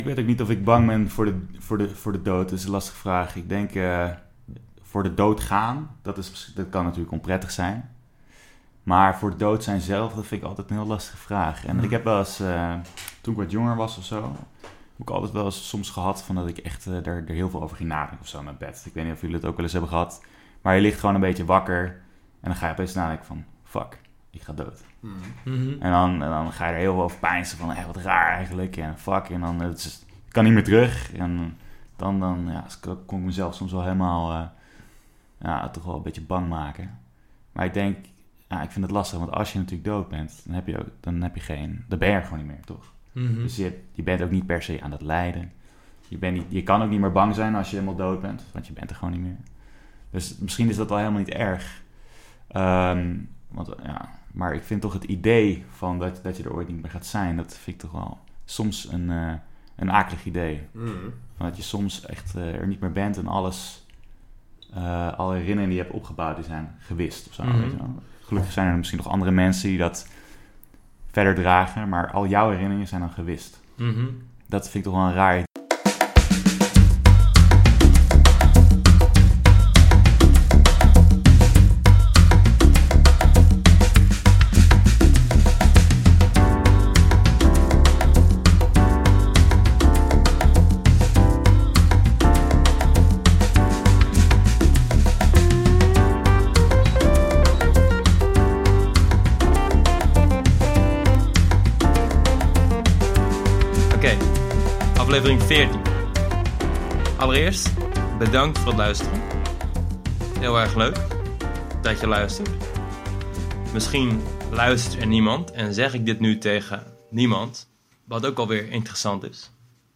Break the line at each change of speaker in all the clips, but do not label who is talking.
Ik weet ook niet of ik bang ben voor de dood. Dat is een lastige vraag. Ik denk voor de dood gaan, dat kan natuurlijk onprettig zijn. Maar voor de dood zijn zelf, dat vind ik altijd een heel lastige vraag. En ik heb wel eens, toen ik wat jonger was of zo, heb ik altijd wel eens soms gehad van dat ik echt er heel veel over ging nadenken of zo in mijn bed. Ik weet niet of jullie het ook wel eens hebben gehad. Maar je ligt gewoon een beetje wakker en dan ga je opeens nadenken van, fuck, ik ga dood.
Mm-hmm.
En dan ga je er heel veel over peinzen van, wat raar eigenlijk. En fuck, en dan ik kan niet meer terug. En dan kon ik mezelf soms wel helemaal toch wel een beetje bang maken. Maar ik denk, ik vind het lastig, want als je natuurlijk dood bent, dan ben je er gewoon niet meer, toch?
Mm-hmm.
Dus je bent ook niet per se aan het lijden. Je kan ook niet meer bang zijn als je helemaal dood bent, want je bent er gewoon niet meer. Dus misschien is dat wel helemaal niet erg. Maar ik vind toch het idee van dat je er ooit niet meer gaat zijn, dat vind ik toch wel soms een akelig idee.
Mm.
Van dat je soms echt er niet meer bent en alles, alle herinneringen die je hebt opgebouwd, die zijn gewist of zo.
Mm-hmm.
Weet je wel. Gelukkig zijn er misschien nog andere mensen die dat verder dragen, maar al jouw herinneringen zijn dan gewist.
Mm-hmm.
Dat vind ik toch wel een raar.
Aflevering 14. Allereerst, bedankt voor het luisteren. Heel erg leuk dat je luistert. Misschien luistert er niemand en zeg ik dit nu tegen niemand, wat ook alweer interessant is.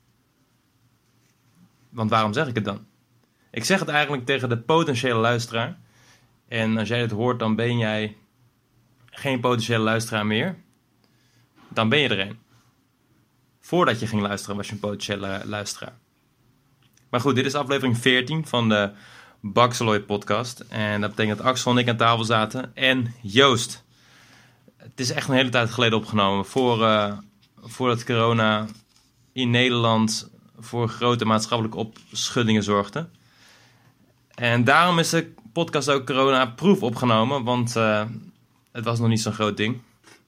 Want waarom zeg ik het dan? Ik zeg het eigenlijk tegen de potentiële luisteraar. En als jij dit hoort, dan ben jij geen potentiële luisteraar meer. Dan ben je er een. Voordat je ging luisteren was je een potentiële luisteraar. Maar goed, dit is aflevering 14 van de Baxeloid podcast. En dat betekent dat Axel en ik aan tafel zaten. En Joost. Het is echt een hele tijd geleden opgenomen. Voordat corona in Nederland voor grote maatschappelijke opschuddingen zorgde. En daarom is de podcast ook corona-proof opgenomen. Want het was nog niet zo'n groot ding.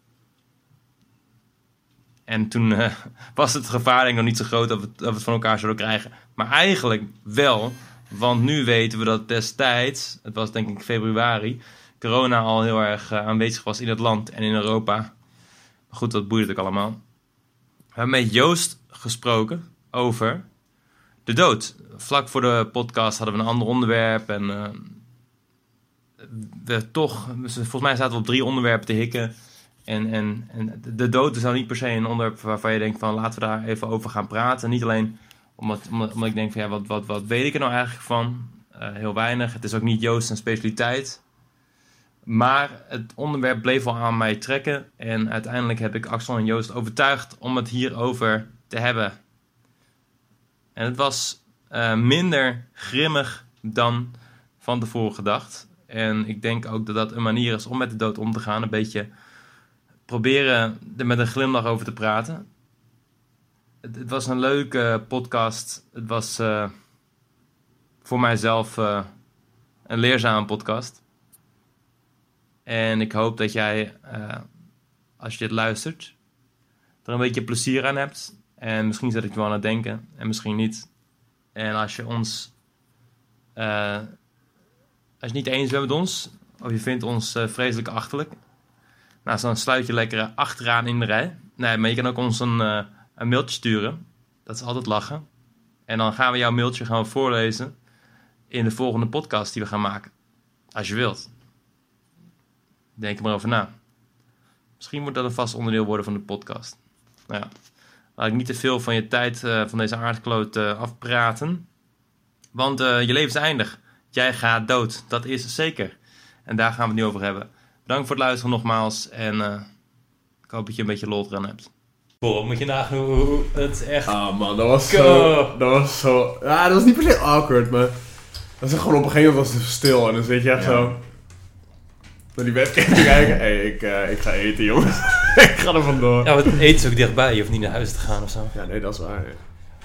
En toen was het gevaar denk ik nog niet zo groot dat we het van elkaar zouden krijgen. Maar eigenlijk wel, want nu weten we dat destijds, het was denk ik februari, corona al heel erg aanwezig was in het land en in Europa. Maar goed, dat boeit het ook allemaal. We hebben met Joost gesproken over de dood. Vlak voor de podcast hadden we een ander onderwerp en volgens mij zaten we op 3 onderwerpen te hikken. En de dood is nou niet per se een onderwerp waarvan je denkt van laten we daar even over gaan praten. Niet alleen omdat ik denk van ja, wat weet ik er nou eigenlijk van? Heel weinig. Het is ook niet Joost zijn specialiteit. Maar het onderwerp bleef wel aan mij trekken. En uiteindelijk heb ik Axel en Joost overtuigd om het hierover te hebben. En het was minder grimmig dan van tevoren gedacht. En ik denk ook dat dat een manier is om met de dood om te gaan. Een beetje proberen er met een glimlach over te praten. Het was een leuke podcast. Het was voor mijzelf een leerzame podcast. En ik hoop dat jij, als je dit luistert, er een beetje plezier aan hebt. En misschien zet ik je wel aan het denken. En misschien niet. En als je ons... als je het niet eens bent met ons, of je vindt ons vreselijk achterlijk, nou, dan sluit je lekker achteraan in de rij. Nee, maar je kan ook ons een mailtje sturen. Dat is altijd lachen. En dan gaan we jouw mailtje voorlezen in de volgende podcast die we gaan maken. Als je wilt. Denk er maar over na. Misschien wordt dat een vast onderdeel worden van de podcast. Nou ja, laat ik niet te veel van je tijd van deze aardkloot afpraten. Want je leven is eindig. Jij gaat dood. Dat is zeker. En daar gaan we het nu over hebben. Bedankt voor het luisteren nogmaals. En ik hoop dat je een beetje lol eraan hebt. Cool, moet je nagaan hoe het echt...
Ah man, dat was zo... Ja, dat was niet per se awkward, maar... Dat is gewoon op een gegeven moment was het stil. En dan zit je echt zo... naar die webcam te kijken. Hé, ik ga eten, jongens. Ik ga er vandoor.
Ja, maar het eten is ook dichtbij. Je hoeft niet naar huis te gaan of zo.
Ja, nee, dat is waar. Ja.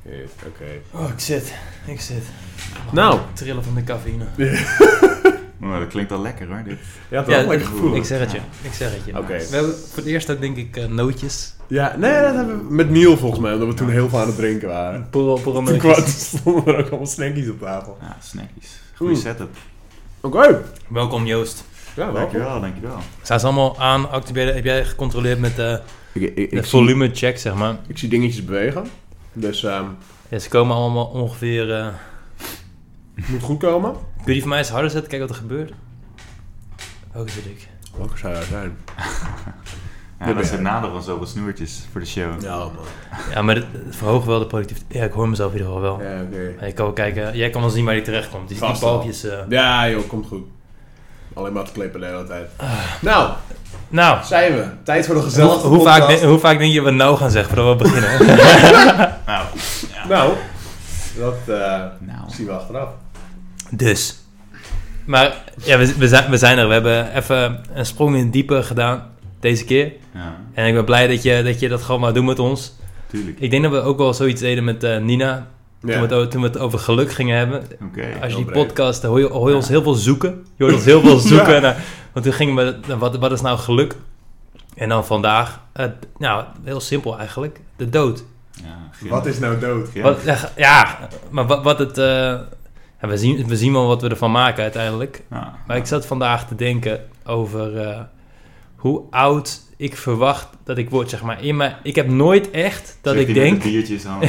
Oké.
Oh, ik zit.
Nou.
Trillen van de cafeïne.
Oh, dat klinkt al lekker hoor, dit.
Ja, het is wel lekker gevoelig.
Ik zeg het je.
Oké.
We hebben voor het eerst ook denk ik nootjes.
Ja, nee, dat hebben we met Neil volgens mij, omdat we toen heel veel aan het drinken waren. Toen stonden er ook allemaal snackies op tafel.
Ja, snackies. Goeie setup.
Oké.
Welkom Joost.
Ja, wel.
Dankjewel.
Staan ze allemaal aan, activeren? Heb jij gecontroleerd met de
Ik
volume check, zeg maar?
Ik zie dingetjes bewegen. Dus
Ja, ze komen allemaal ongeveer...
moet goed komen.
Kun je die van mij eens harder zetten? Kijk wat er gebeurt. Welke zit ik?
Welke zou dat zijn?
Ja, dat is het nadeel van zoveel snoertjes voor de show.
Ja, man.
Ja, maar het verhoogt wel de productiviteit. Ja, ik hoor mezelf in ieder geval wel.
Ja, oké.
Maar je kan wel kijken, jij kan wel zien waar die terecht komt. Die
Vast
balkjes...
Ja, joh, komt goed. Alleen maar te klippen de hele tijd. Nou,
Nou,
zijn we. Tijd voor de gezellige
hoe vaak denk je we nou gaan zeggen voordat we beginnen?
Nou,
Nou, dat
nou.
zien we achteraf.
Dus. Maar ja, we zijn er. We hebben even een sprong in het diepe gedaan. Deze keer.
Ja,
En ik ben blij dat je dat gewoon maar doet met ons.
tuurlijk.
Ik denk dat we ook wel zoiets deden met Nina.
Ja.
Toen we het over geluk gingen hebben.
Oké.
Als je
heel
die
breed.
podcast, dan hoor je ons heel veel zoeken. Je hoort ons heel veel zoeken. Naar, want toen gingen we, wat is nou geluk? En dan vandaag, nou, heel simpel eigenlijk. De dood.
Ja,
Wat is nou dood?
Maar wat het... ja, we zien wel wat we ervan maken uiteindelijk.
Ja,
Maar ik zat vandaag te denken over hoe oud ik verwacht dat ik word, zeg maar. Ik heb nooit echt dat
Zit
ik
hij met
denk...
de biertjes aan.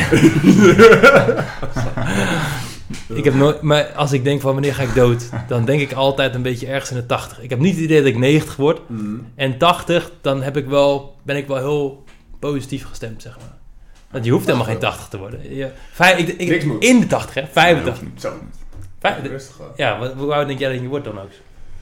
Ik heb nooit, maar als ik denk van wanneer ga ik dood, dan denk ik altijd een beetje ergens in de 80. Ik heb niet het idee dat ik 90 word. En 80, dan ben ik wel heel positief gestemd, zeg maar. Want je hoeft helemaal geen 80 te worden.
Niks moet.
In de 80, hè? 85.
Zo. Rustig gewoon.
Ja, hoe oud denk jij dat je wordt dan ook?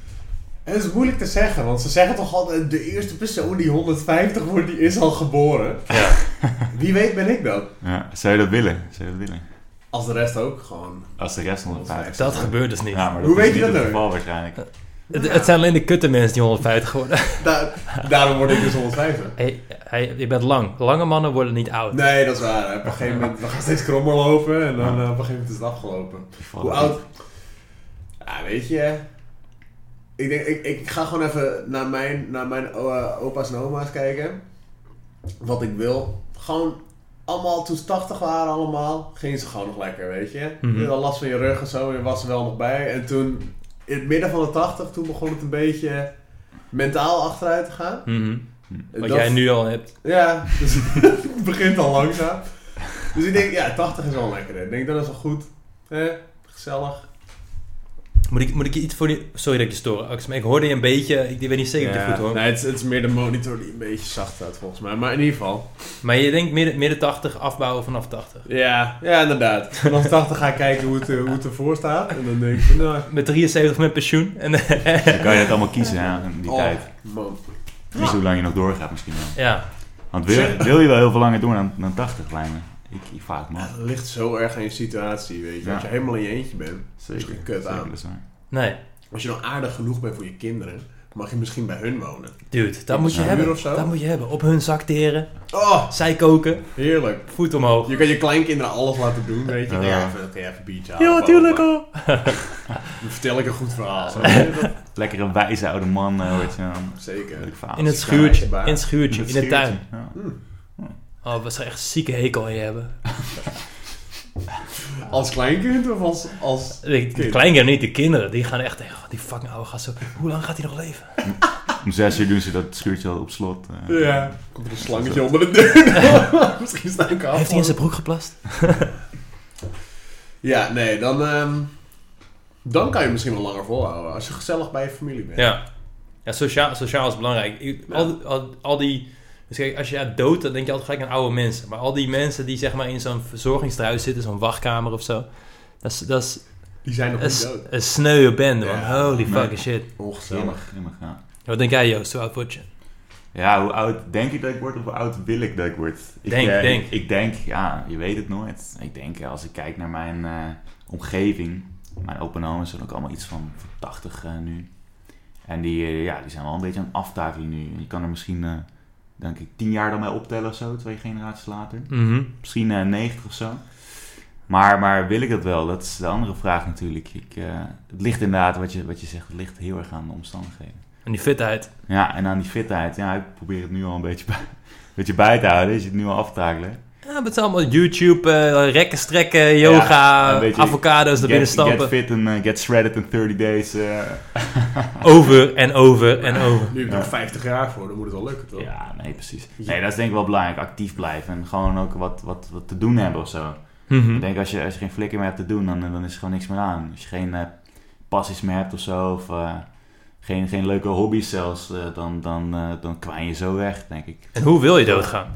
Het is moeilijk te zeggen, want ze zeggen toch altijd... de eerste persoon die 150 wordt, die is al geboren.
Ja.
Wie weet ben ik dat.
Ja, zou je dat willen?
Als de rest ook gewoon...
Als de rest 150.
Dat gebeurt dus niet.
Ja, maar
Hoe
dat
weet
is
je
niet
dat
het
nou?
geval waarschijnlijk.
Het zijn alleen de kutte mensen die 150 worden.
Daarom word ik dus 150.
Je bent lang. Lange mannen worden niet oud.
Nee, dat is waar. Op een gegeven moment... we gaan steeds krommer lopen en dan op een gegeven moment is het afgelopen. Hoe oud... Ja, weet je... Ik denk, ik ga gewoon even naar mijn opa's en oma's kijken. Wat ik wil. Gewoon allemaal, toen ze 80 waren allemaal, gingen ze gewoon nog lekker, weet je.
Mhm.
Je had last van je rug en zo, je was er wel nog bij. En toen, in het midden van de 80, toen begon het een beetje mentaal achteruit te gaan.
Mhm. Wat
Dat-
jij nu al hebt.
Ja, dus het begint al langzaam. Dus ik denk, ja, 80 is wel lekker. Ik denk, dat is wel goed. Gezellig.
Moet ik je iets voor die... Sorry dat ik je stoor, Ax, maar ik hoorde je een beetje... Ik weet niet zeker of je goed hoor.
Nee, het is meer de monitor die een beetje zacht staat volgens mij. Maar in ieder geval.
Maar je denkt midden 80 afbouwen vanaf 80.
Ja, inderdaad. Vanaf 80 ga ik kijken hoe het ervoor staat. En dan denk ik van, nou...
Met 73 met pensioen. En,
Dan kan je het allemaal kiezen hè, in die tijd.
Man.
Kiezen hoe lang je nog doorgaat misschien wel.
ja.
Want wil je wel heel veel langer doen dan 80 lijnen? Ik vaak man.
Het ligt zo erg aan je situatie, weet je.
Ja.
Als je helemaal in je eentje bent, is
Zeker.
het kut aan.
Zeker, dat is waar.
Nee.
Als je dan aardig genoeg bent voor je kinderen, mag je misschien bij hun wonen.
Dude, dat moet je
een
hebben.
uur of zo?
Dat moet je hebben. Op hun zak teren.
Oh,
Zij koken.
heerlijk.
Voet omhoog.
Je kan je kleinkinderen alles laten doen, weet je.
Ja.
Ja, even een biertje halen.
Ja, natuurlijk al.
Dan vertel ik een goed verhaal. Zo.
Lekker een wijze oude man, weet je.
Zeker.
Leuk verhaal.
In het
Ja,
schuurtje.
baas.
In het schuurtje. In de tuin.
Ja.
Oh, wat zou echt een zieke hekel aan je hebben.
Als kleinkind of als
De kleinkinderen niet, de kinderen. Die gaan echt tegen die fucking oude gast zo. Hoe lang gaat hij nog leven?
Om 6 uur doen ze dat schuurtje al op slot.
Ja. Komt er een slangetje onder de deur. Misschien sta ik af.
Heeft hij in zijn broek geplast?
Ja, nee, dan kan je misschien wel langer volhouden. Als je gezellig bij je familie bent.
Ja. Ja, sociaal is belangrijk. Al die... Dus kijk, als je dood, dan denk je altijd gelijk aan oude mensen. Maar al die mensen die zeg maar in zo'n verzorgingstehuis zitten, zo'n wachtkamer of zo. Dat is
Die zijn nog niet dood.
een sneuwe bende, man.
Ja,
holy
nee.
fucking shit.
Ongezellig.
Grimmig, ja.
Wat denk jij, Joost? Hoe oud word je?
Ja, hoe oud denk ik dat ik word of hoe oud wil ik dat ik word? Ik denk, ja, je weet het nooit. Ik denk, als ik kijk naar mijn omgeving, mijn opa en oma zijn ook allemaal iets van 80 nu. En die zijn wel een beetje aan het aftakeling nu. Je kan er misschien, denk ik, 10 jaar dan mee optellen of zo, 2 generaties later.
Mhm.
Misschien 90 of zo. Maar wil ik dat wel? Dat is de andere vraag natuurlijk. Het ligt inderdaad, wat je zegt, het ligt heel erg aan de omstandigheden.
En die fitheid.
Ja, en aan die fitheid. Ja, ik probeer het nu al een beetje bij te houden. Je zit het nu al af te takelen.
Ja, maar het is allemaal YouTube, rekken, strekken, yoga, avocado's er binnen stampen.
Get fit and get shredded in 30 days.
Over en over en over.
Nu heb je er 50 jaar voor, dan moet het wel lukken, toch?
Ja, nee, precies. Nee, dat is denk ik wel belangrijk. Actief blijven en gewoon ook wat te doen hebben of zo.
Mm-hmm.
Ik denk als je geen flikker meer hebt te doen, dan is er gewoon niks meer aan. Als je geen passies meer hebt of zo, of geen leuke hobby's zelfs, dan kwijn je zo weg, denk ik.
En hoe wil je doodgaan?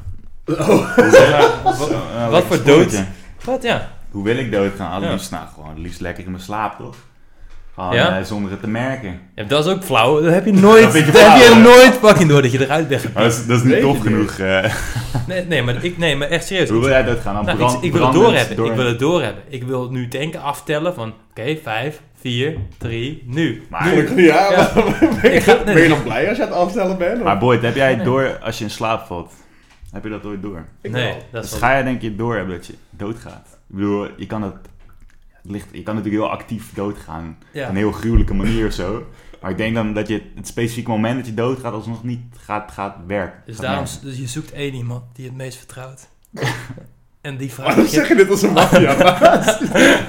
Wat voor dood? Wat, ja.
Hoe wil ik doodgaan? Allerliefst, liefst lekker in mijn slaap, toch? Gewoon zonder het te merken.
Ja, dat is ook flauw. Dat heb je nooit fucking door dat je eruit bent.
Dat is niet tof genoeg.
Nee, maar echt serieus.
Hoe wil jij doodgaan?
Ik wil het doorhebben. Ik wil het doorhebben. Ik wil nu denken, aftellen van... Oké, 5, 4, 3, nu.
Maar ben je nog blij als je aan het afstellen bent?
Maar Boyd, heb jij het door als je in slaap valt? Heb je dat ooit door?
Nee. Dat is
dus ga je denk je door hebben dat je doodgaat? Ik bedoel, je kan natuurlijk heel actief doodgaan. Op een heel gruwelijke manier of zo. Maar ik denk dan dat je het specifieke moment dat je doodgaat alsnog niet gaat werken.
Dus daarom, dus je zoekt één iemand die je het meest vertrouwt. En die vraagt...
Waarom zeg je dit als een maffia-baas?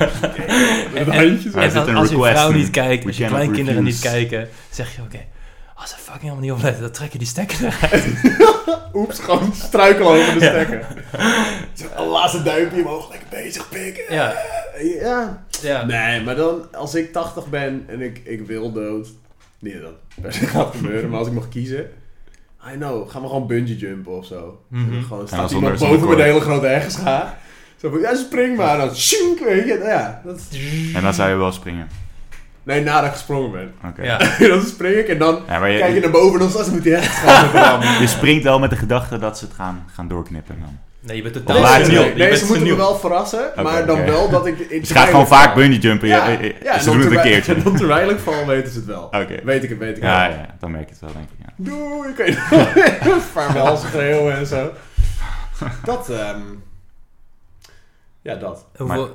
Als je vrouw niet kijkt, als je kleinkinderen niet kijken, zeg je oké, als ze fucking helemaal niet opletten, dan trek je die stekker eruit.
Oeps, gewoon struikelen over de stekker. Een laatste duimpje omhoog, lekker bezig pikken. Ja. Nee, maar dan, als ik 80 ben en ik wil dood, niet dat per se gaat gebeuren, maar als ik mag kiezen, I know, gaan we gewoon bungee jumpen of zo.
Mm-hmm.
Gewoon staat iemand boven met een hele grote heggeschaar. Zo van, spring maar. Dan shink, weet je.
En dan zou je wel springen?
Nee, nadat ik gesprongen ben.
Oké.
Ja. Dan spring ik en dan kijk je naar boven en dan staat ze met die heggeschaar.
Je springt wel met de gedachte dat ze het gaan doorknippen dan.
Nee, je bent totaal
Nee, ze moeten me wel verrassen, maar dan wel dat ik...
Dus je gaat gewoon vaak bungee jumpen. Ze doen het een keertje.
En dan terwijl ik val, weten ze het wel.
Okay.
Weet ik het.
Ja, dan merk je het wel, denk ik. Ja.
Doei, ik weet vaarwel schreeuwen en zo. Dat, dat.
Maar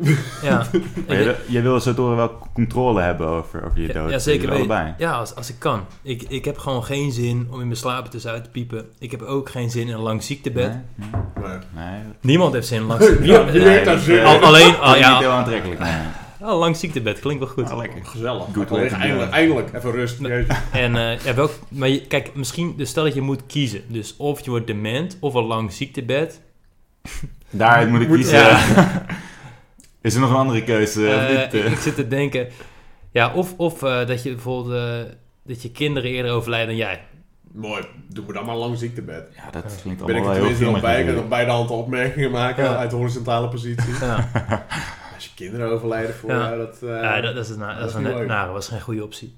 je wil zo door wel controle hebben over je dood.
Ja, zeker weten. Ja, als ik kan. Ik heb gewoon geen zin om in mijn slaap tussenuit te piepen. Ik heb ook geen zin in een lang ziektebed.
Nee.
Niemand heeft zin in een lang ziektebed. Alleen,
niet heel aantrekkelijk.
Een lang ziektebed klinkt wel goed.
Lekker.
Gezellig. Eindelijk, even rust.
Maar kijk, misschien, dus stel dat je moet kiezen. Dus of je wordt dement of een lang ziektebed.
Daaruit moet ik kiezen. Ja. Is er nog een andere keuze?
Ik zit te denken... Ja, of dat je bijvoorbeeld... dat je kinderen eerder overlijden dan jij.
Mooi. Doe me dan maar een lang ziektebed.
Ja, dat klinkt allemaal
wel heel veel bij. Ik kan nog beide handen opmerkingen maken uit de horizontale positie.
Ja.
Als je kinderen overlijden voor jou, dat
is een nare. Dat is geen goede optie.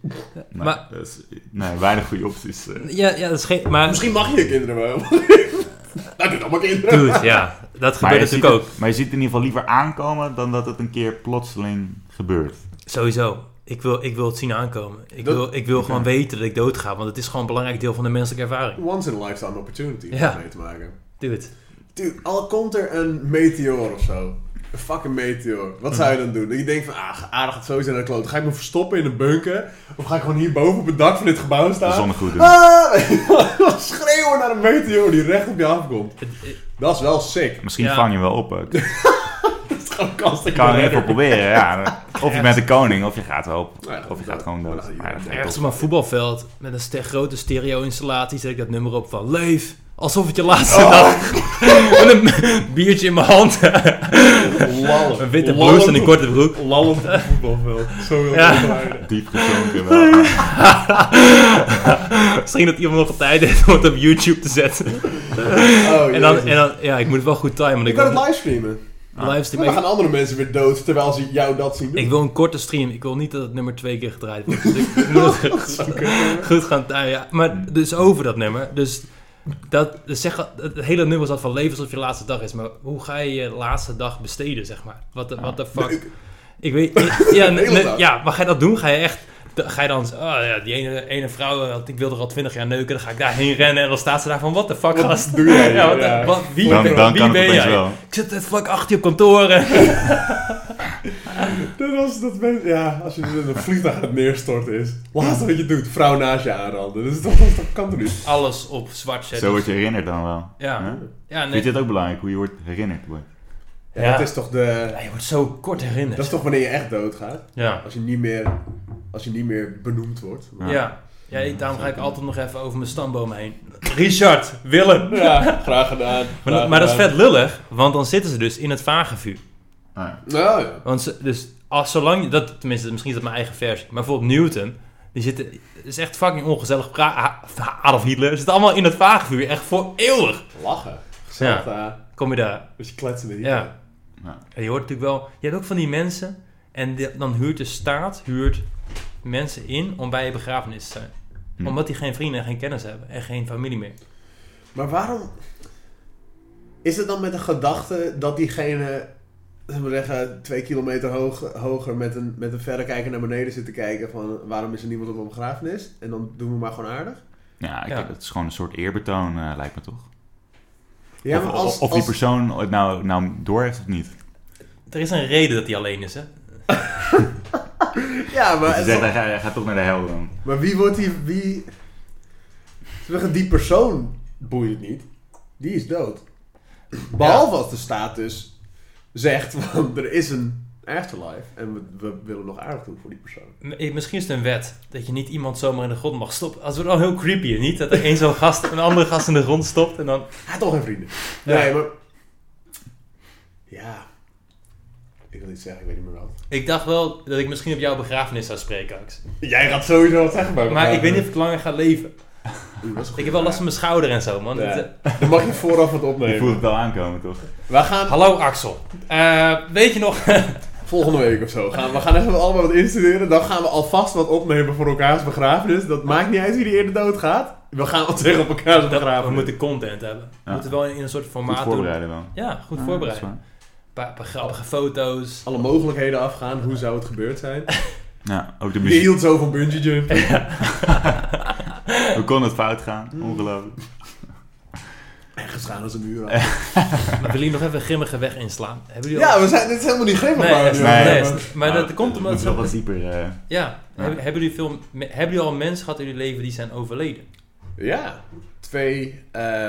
Weinig goede opties.
Ja, dat is geen... Maar...
Misschien mag je kinderen wel. Nou, doe dan maar kinderen.
Dude, ja. Dat gebeurt natuurlijk ook.
Maar je ziet het in ieder geval liever aankomen dan dat het een keer plotseling gebeurt.
Sowieso. Ik wil het zien aankomen. Ik wil gewoon weten dat ik doodga. Want het is gewoon een belangrijk deel van de menselijke ervaring.
Once in a lifetime opportunity om mee te maken.
Dude,
al komt er een meteor of zo. Een fucking meteor. Wat zou je dan doen? Dat je denkt van, aardig gaat sowieso naar de kloot. Ga ik me verstoppen in een bunker? Of ga ik gewoon hier boven op het dak van dit gebouw staan?
Zonnegoed doen.
Schreeuwen naar een meteor die recht op je afkomt. Dat is wel sick.
Misschien vang je wel op ook.
Dat is gewoon kans.
Kan je even proberen, ja. Of je bent de koning, of je gaat wel op. Of je gaat gewoon dood.
Ergens op een voetbalveld met een grote stereo-installatie zet ik dat nummer op van Leef. Alsof het je laatste dag. Met een biertje in mijn hand. Een witte blouse en een korte broek.
Lallend op het voetbalveld. Zo wil ik
diep gezonken wel.
Misschien dat iemand nog een tijd heeft om het op YouTube te zetten. En dan, ik moet het wel goed timen.
Ik kan het livestreamen.
Livestream.
Dan gaan andere mensen weer dood terwijl ze jou dat zien doen.
Ik wil een korte stream. Ik wil niet dat het nummer 2 keer gedraaid wordt. Dus ik moet het goed gaan timen. Ja. Maar dus over dat nummer. Dus het hele nummer zat van leven alsof je laatste dag is. Maar hoe ga je je laatste dag besteden, zeg maar? What the fuck?
Leuk.
Ik weet... maar ga je dat doen? Ga je echt ga je dan... die ene vrouw, ik wil er al 20 jaar neuken. Dan ga ik daarheen rennen. En dan staat ze daar van... What the fuck, gast?
Wat doe jij?
Wie ben jij?
Wel.
Ik zit net vlak achter je op kantoor.
Als je dus een vliegtuig aan het neerstorten is. Laatste wat je doet. Vrouw naast je aanranden. Dus dat kan toch niet?
Alles op zwart zetten.
Zo word je herinnerd dan wel.
Ja.
Huh?
Ja, nee.
Vind je het ook belangrijk hoe je wordt herinnerd?
Ja, dat is toch
Ja, je wordt zo kort herinnerd.
Dat is toch wanneer je echt doodgaat?
Ja.
Als je niet meer benoemd wordt.
Ja. Daarom ga ik altijd nog even over mijn stamboom heen. Richard, Willem.
Ja, graag gedaan.
Maar dat is vet lullig, want dan zitten ze dus in het vagevuur.
Ja.
Want zolang tenminste, misschien is dat mijn eigen versie, maar bijvoorbeeld Newton, die zitten, is echt fucking ongezellig. Adolf Hitler, zitten allemaal in het vagevuur, echt voor eeuwig.
Lachen. Gezellig daar.
Kom je daar?
Dus je kletsen met
Ja. En je hoort natuurlijk wel, je hebt ook van die mensen, en dan huurt de staat mensen in om bij je begrafenis te zijn. Omdat die geen vrienden en geen kennis hebben en geen familie meer.
Maar waarom... Is het dan met de gedachte dat diegene, zullen we zeggen, 2 kilometer hoger met een verrekijker naar beneden zit te kijken van waarom is er niemand op mijn begrafenis? En dan doen we maar gewoon aardig?
Ja, het is gewoon een soort eerbetoon, lijkt me toch?
Ja, maar
of die persoon het nou door heeft of niet.
Er is een reden dat hij alleen is, hè?
Ja, maar... Dus je zegt, hij gaat toch naar de hel dan.
Maar wie wordt die persoon boeit het niet. Die is dood. Behalve als de staat dus zegt van er is een afterlife en we willen nog aardig doen voor die persoon.
Misschien is het een wet dat je niet iemand zomaar in de grond mag stoppen. Als het wel heel creepy, niet? Dat er een andere gast in de grond stopt en dan...
Hij had toch geen vrienden. Nee, maar... Ja... Ik wil iets zeggen, ik weet niet meer wat.
Ik dacht wel dat ik misschien op jouw begrafenis zou spreken, Alex.
Jij gaat sowieso wat zeggen bij
maar ik weet niet of ik langer ga leven.
Ik
heb wel last van mijn schouder en zo, man.
Ja. Dan mag je vooraf wat opnemen.
Je voelt het wel aankomen, toch?
We gaan...
Hallo, Axel. Weet je nog...
Volgende week of zo. We gaan even allemaal wat instuderen. Dan gaan we alvast wat opnemen voor elkaars begrafenis. Dat maakt niet uit wie die eerder dood gaat. We gaan wat zeggen op elkaars begrafenis.
We moeten content hebben. We moeten wel in een soort formaat
goed voorbereiden dan.
Ja, goed voorbereiden. Een paar grappige foto's.
Alle mogelijkheden afgaan. Hoe zou het gebeurd zijn?
Ja, ook de
Wie
muziek.
hield zo van bungee jumpen?
Hoe kon het fout gaan? Ongelooflijk.
Ergens gaan als een uur.
Maar willen jullie nog even een grimmige weg inslaan? Hebben jullie
Ja, dit is helemaal niet grimmig.
Maar dat komt omdat...
Het is wel wat dieper.
Hebben jullie al mensen gehad in jullie leven die zijn overleden?
Ja. Twee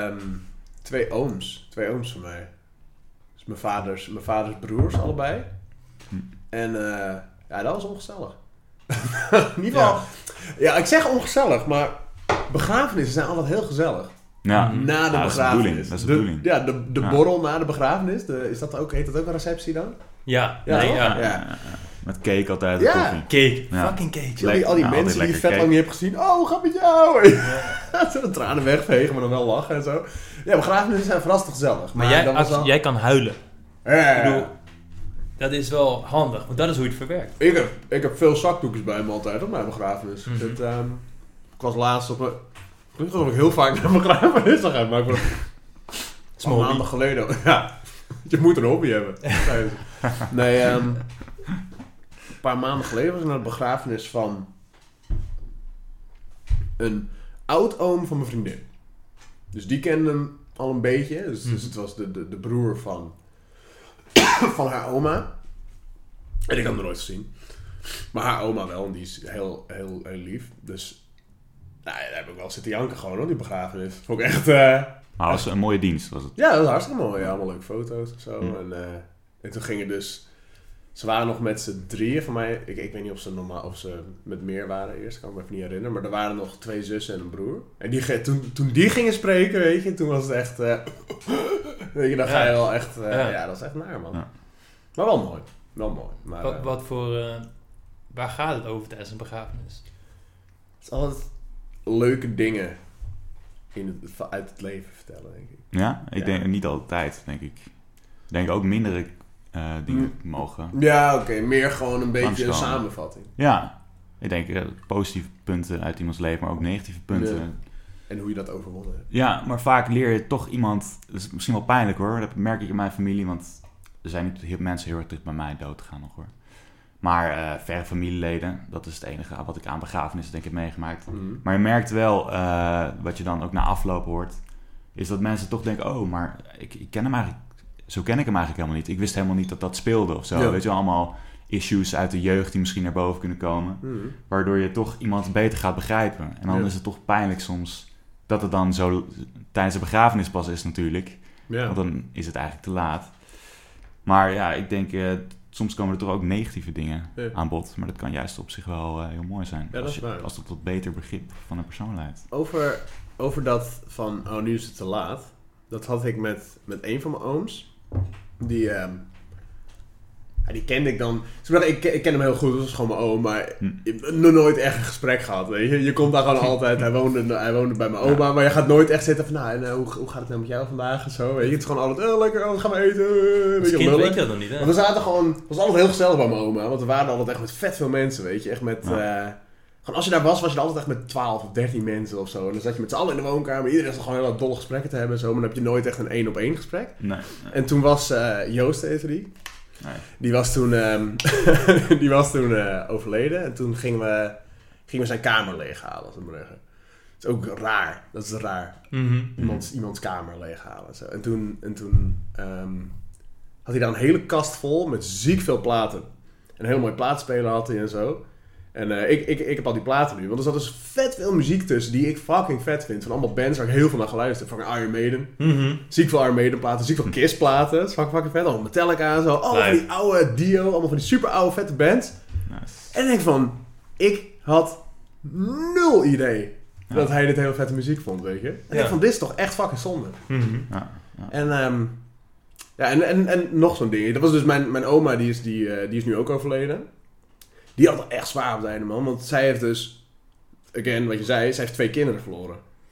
ooms. 2 ooms van mij. Dus mijn vaders broers allebei. En dat was ongezellig. In ieder geval... Ja, ik zeg ongezellig, maar begrafenissen zijn altijd heel gezellig.
Ja.
Na de begrafenis.
Dat is de bedoeling.
Ja, de borrel na de begrafenis. Heet dat ook een receptie dan?
Ja.
Met cake altijd.
Ja.
Koffie.
Cake.
Ja.
Fucking cake.
Al die mensen die je vet lang niet hebt gezien. Oh, hoe gaat het met jou? Zo de tranen wegvegen, maar dan wel lachen en zo. Ja, begrafenissen zijn verrassend gezellig.
Maar jij kan huilen.
Ja.
Ik bedoel, dat is wel handig, want dat is hoe je het verwerkt.
Ik heb veel zakdoekjes bij me altijd op mijn begrafenis.
Mm-hmm.
Ik was laatst op mijn... Ik weet niet of ik heel vaak naar mijn begrafenis ga gaan, maar ik was... Een maanden geleden... Ja, je moet een hobby hebben. Nee, een paar maanden geleden was ik naar de begrafenis van een oud-oom van mijn vriendin. Dus die kende hem al een beetje. Dus het was de broer van haar oma. En ik had hem nooit gezien. Maar haar oma wel, en die is heel, heel, heel lief. Dus daar heb ik wel zitten janken gewoon, hoor, die begrafenis. Vond ik echt...
Maar was een mooie dienst, was het?
Ja, dat was hartstikke mooi. Ja, allemaal leuke foto's en zo. En toen gingen dus... Ze waren nog met z'n drieën van mij. Ik weet niet of ze met meer waren eerst. Kan ik me even niet herinneren. Maar er waren nog 2 zussen en een broer. En toen die gingen spreken, weet je. Toen was het echt... weet je, dan ga je wel echt... Ja, dat is echt naar, man. Ja. Maar wel mooi. Wel mooi. Maar,
wat voor... waar gaat het over tijdens een begrafenis?
Het is altijd leuke dingen uit het leven vertellen, denk ik.
Ja? Ik denk niet altijd, denk ik. Ik denk ook mindere dingen mogen.
Ja, oké. Meer gewoon een beetje een samenvatting.
Ja. Ik denk positieve punten uit iemands leven, maar ook negatieve punten.
Ja. En hoe je dat overwonnen hebt.
Ja, maar vaak leer je toch iemand... Dat is misschien wel pijnlijk, hoor. Dat merk ik in mijn familie, want er zijn niet mensen heel erg dicht bij mij dood gegaan nog, hoor. Maar verre familieleden, dat is het enige wat ik aan begrafenissen denk ik heb meegemaakt. Maar je merkt wel, wat je dan ook na afloop hoort, is dat mensen toch denken, oh, maar ik ken hem eigenlijk, zo ken ik hem eigenlijk helemaal niet. Ik wist helemaal niet dat dat speelde of zo. Ja. Weet je, allemaal issues uit de jeugd die misschien naar boven kunnen komen. Waardoor je toch iemand beter gaat begrijpen. En dan is het toch pijnlijk soms dat het dan zo tijdens de begrafenis pas is natuurlijk. Ja. Want dan is het eigenlijk te laat. Maar ja, ik denk, soms komen er toch ook negatieve dingen aan bod. Maar dat kan juist op zich wel heel mooi zijn.
Ja,
als het tot beter begrip van een persoon leidt.
Over dat van, nu is het te laat. Dat had ik met een van mijn ooms. Die kende ik dan. Ik ken hem heel goed, dat was gewoon mijn oom. Maar ik heb nog nooit echt een gesprek gehad, weet je. Je komt daar gewoon altijd. Hij woonde bij mijn oma. Maar je gaat nooit echt zitten van, hoe gaat het nou met jou vandaag en zo. Weet je, het is gewoon altijd, lekker, wat gaan we eten?
Als kind weet je dat nog niet, hè?
Maar we zaten gewoon, het was altijd heel gezellig bij mijn oma. Want we waren altijd echt met vet veel mensen, weet je. Echt met, gewoon als je daar was je er altijd echt met 12 of 13 mensen of zo. En dan zat je met z'n allen in de woonkamer. Iedereen zat gewoon heel dolle gesprekken te hebben en zo. Maar dan heb je nooit echt een 1-op-1 gesprek.
Nee.
En toen was Joost, heette die. Nee. Die was toen overleden. En toen gingen we zijn kamer leeghalen, zou ik maar zeggen. Dat is ook raar. Dat is raar. Iemands kamer leeghalen. Zo. En toen had hij daar een hele kast vol met ziek veel platen. En een heel mooi plaatspeler had hij en zo. En ik heb al die platen nu. Want er zat dus vet veel muziek tussen die ik fucking vet vind. Van allemaal bands waar ik heel veel naar geluisterd heb. Van Iron Maiden. Ziek veel Iron Maiden platen. Ziek veel Kiss platen. Dat is fucking vet. Allemaal Metallica en zo. Allemaal van die oude Dio. Allemaal van die super oude vette bands. Nice. En ik denk van... Ik had 0 idee dat hij dit hele vette muziek vond, weet je. En ik denk van, dit is toch echt fucking zonde. En nog zo'n ding. Dat was dus mijn oma, die is nu ook overleden. Die had het echt zwaar op het einde, man. Want zij heeft dus... Again, wat je zei, zij heeft 2 kinderen verloren.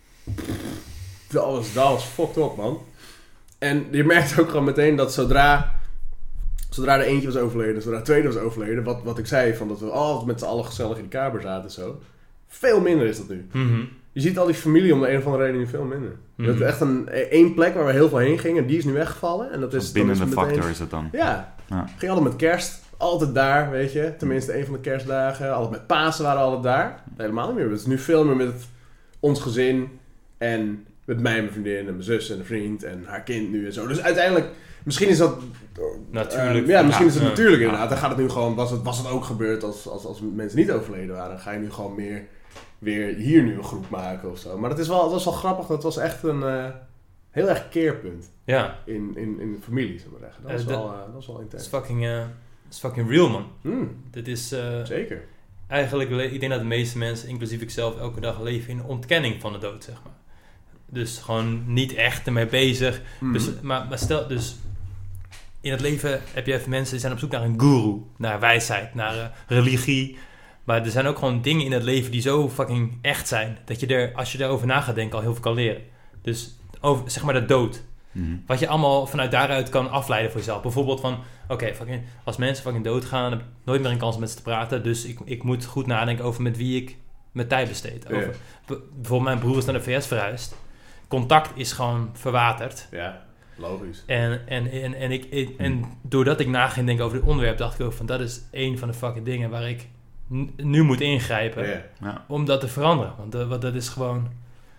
Dat was fucked up, man. En je merkt ook gewoon meteen dat zodra er eentje was overleden, zodra de tweede was overleden, wat ik zei, van dat we altijd met z'n allen gezellig in de kamer zaten en zo. Veel minder is dat nu. Je ziet al die familie om de een of andere reden nu veel minder. We hebben echt één plek waar we heel veel heen gingen en die is nu weggevallen. En dat is
binnen de factor is het dan.
Ja. Ging altijd met kerst. Altijd daar, weet je. Tenminste, een van de kerstdagen. Altijd met Pasen waren we altijd daar. Helemaal niet meer. Het is nu veel meer met ons gezin. En met mij en mijn vriendin en mijn zus en een vriend. En haar kind nu en zo. Dus uiteindelijk, misschien is dat...
Natuurlijk.
Misschien is het natuurlijk inderdaad. Dan gaat het nu gewoon... Was het ook gebeurd als mensen niet overleden waren. Dan ga je nu gewoon weer hier nu een groep maken of zo. Maar dat was wel grappig. Dat was echt een... heel erg keerpunt.
Ja.
In familie, zou ik maar zeggen. Dat was wel intens.
Dat is fucking real, man. Dit is...
Zeker.
Eigenlijk, ik denk dat de meeste mensen, inclusief ikzelf, elke dag leven in ontkenning van de dood, zeg maar. Dus gewoon niet echt ermee bezig. Maar stel, dus in het leven heb je even mensen die zijn op zoek naar een guru, naar wijsheid, naar religie. Maar er zijn ook gewoon dingen in het leven die zo fucking echt zijn, dat je er, als je erover na gaat denken, al heel veel kan leren. Dus over, zeg maar de dood. Wat je allemaal vanuit daaruit kan afleiden voor jezelf. Bijvoorbeeld van, als mensen fucking doodgaan, heb ik nooit meer een kans met ze te praten. Dus ik moet goed nadenken over met wie ik mijn tijd besteed. Bijvoorbeeld mijn broer is naar de VS verhuisd. Contact is gewoon verwaterd.
Ja, logisch.
En doordat ik na ging denken over dit onderwerp, dacht ik ook van, dat is een van de fucking dingen waar ik nu moet ingrijpen. Om dat te veranderen. Want dat is gewoon...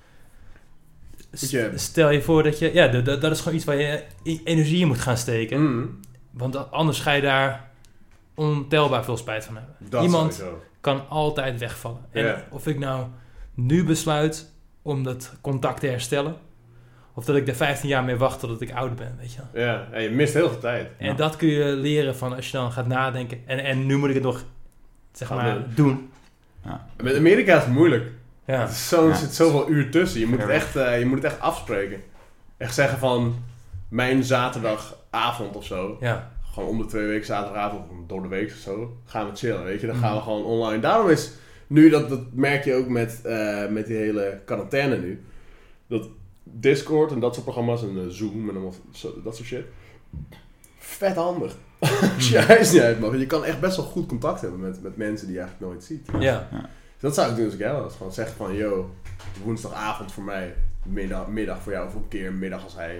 Stel je voor dat je... dat is gewoon iets waar je energie in moet gaan steken. Want anders ga je daar ontelbaar veel spijt van hebben. Iemand kan altijd wegvallen. En of ik nou nu besluit om dat contact te herstellen... of dat ik er 15 jaar mee wacht totdat ik ouder ben, weet je wel.
Ja, en je mist heel veel tijd.
En dat kun je leren van als je dan gaat nadenken. En nu moet ik het nog, zeg maar, doen.
Ja. Met Amerika is het moeilijk.
Ja.
Er zit zoveel uur tussen. Je moet het echt afspreken. Echt zeggen van mijn zaterdagavond of zo. Ja. Gewoon om de 2 weken zaterdagavond, door de week of zo, gaan we chillen, weet je. Dan gaan we gewoon online. Daarom is nu, dat merk je ook met die hele quarantaine nu. Dat Discord en dat soort programma's en Zoom en allemaal dat soort shit. Vet handig. Als je huis niet uit mag. Je kan echt best wel goed contact hebben met mensen die je eigenlijk nooit ziet.
Ja.
Dat zou ik doen als ik jou was. Gewoon zeggen van, woensdagavond voor mij, middag voor jou, of een keer middag als hij.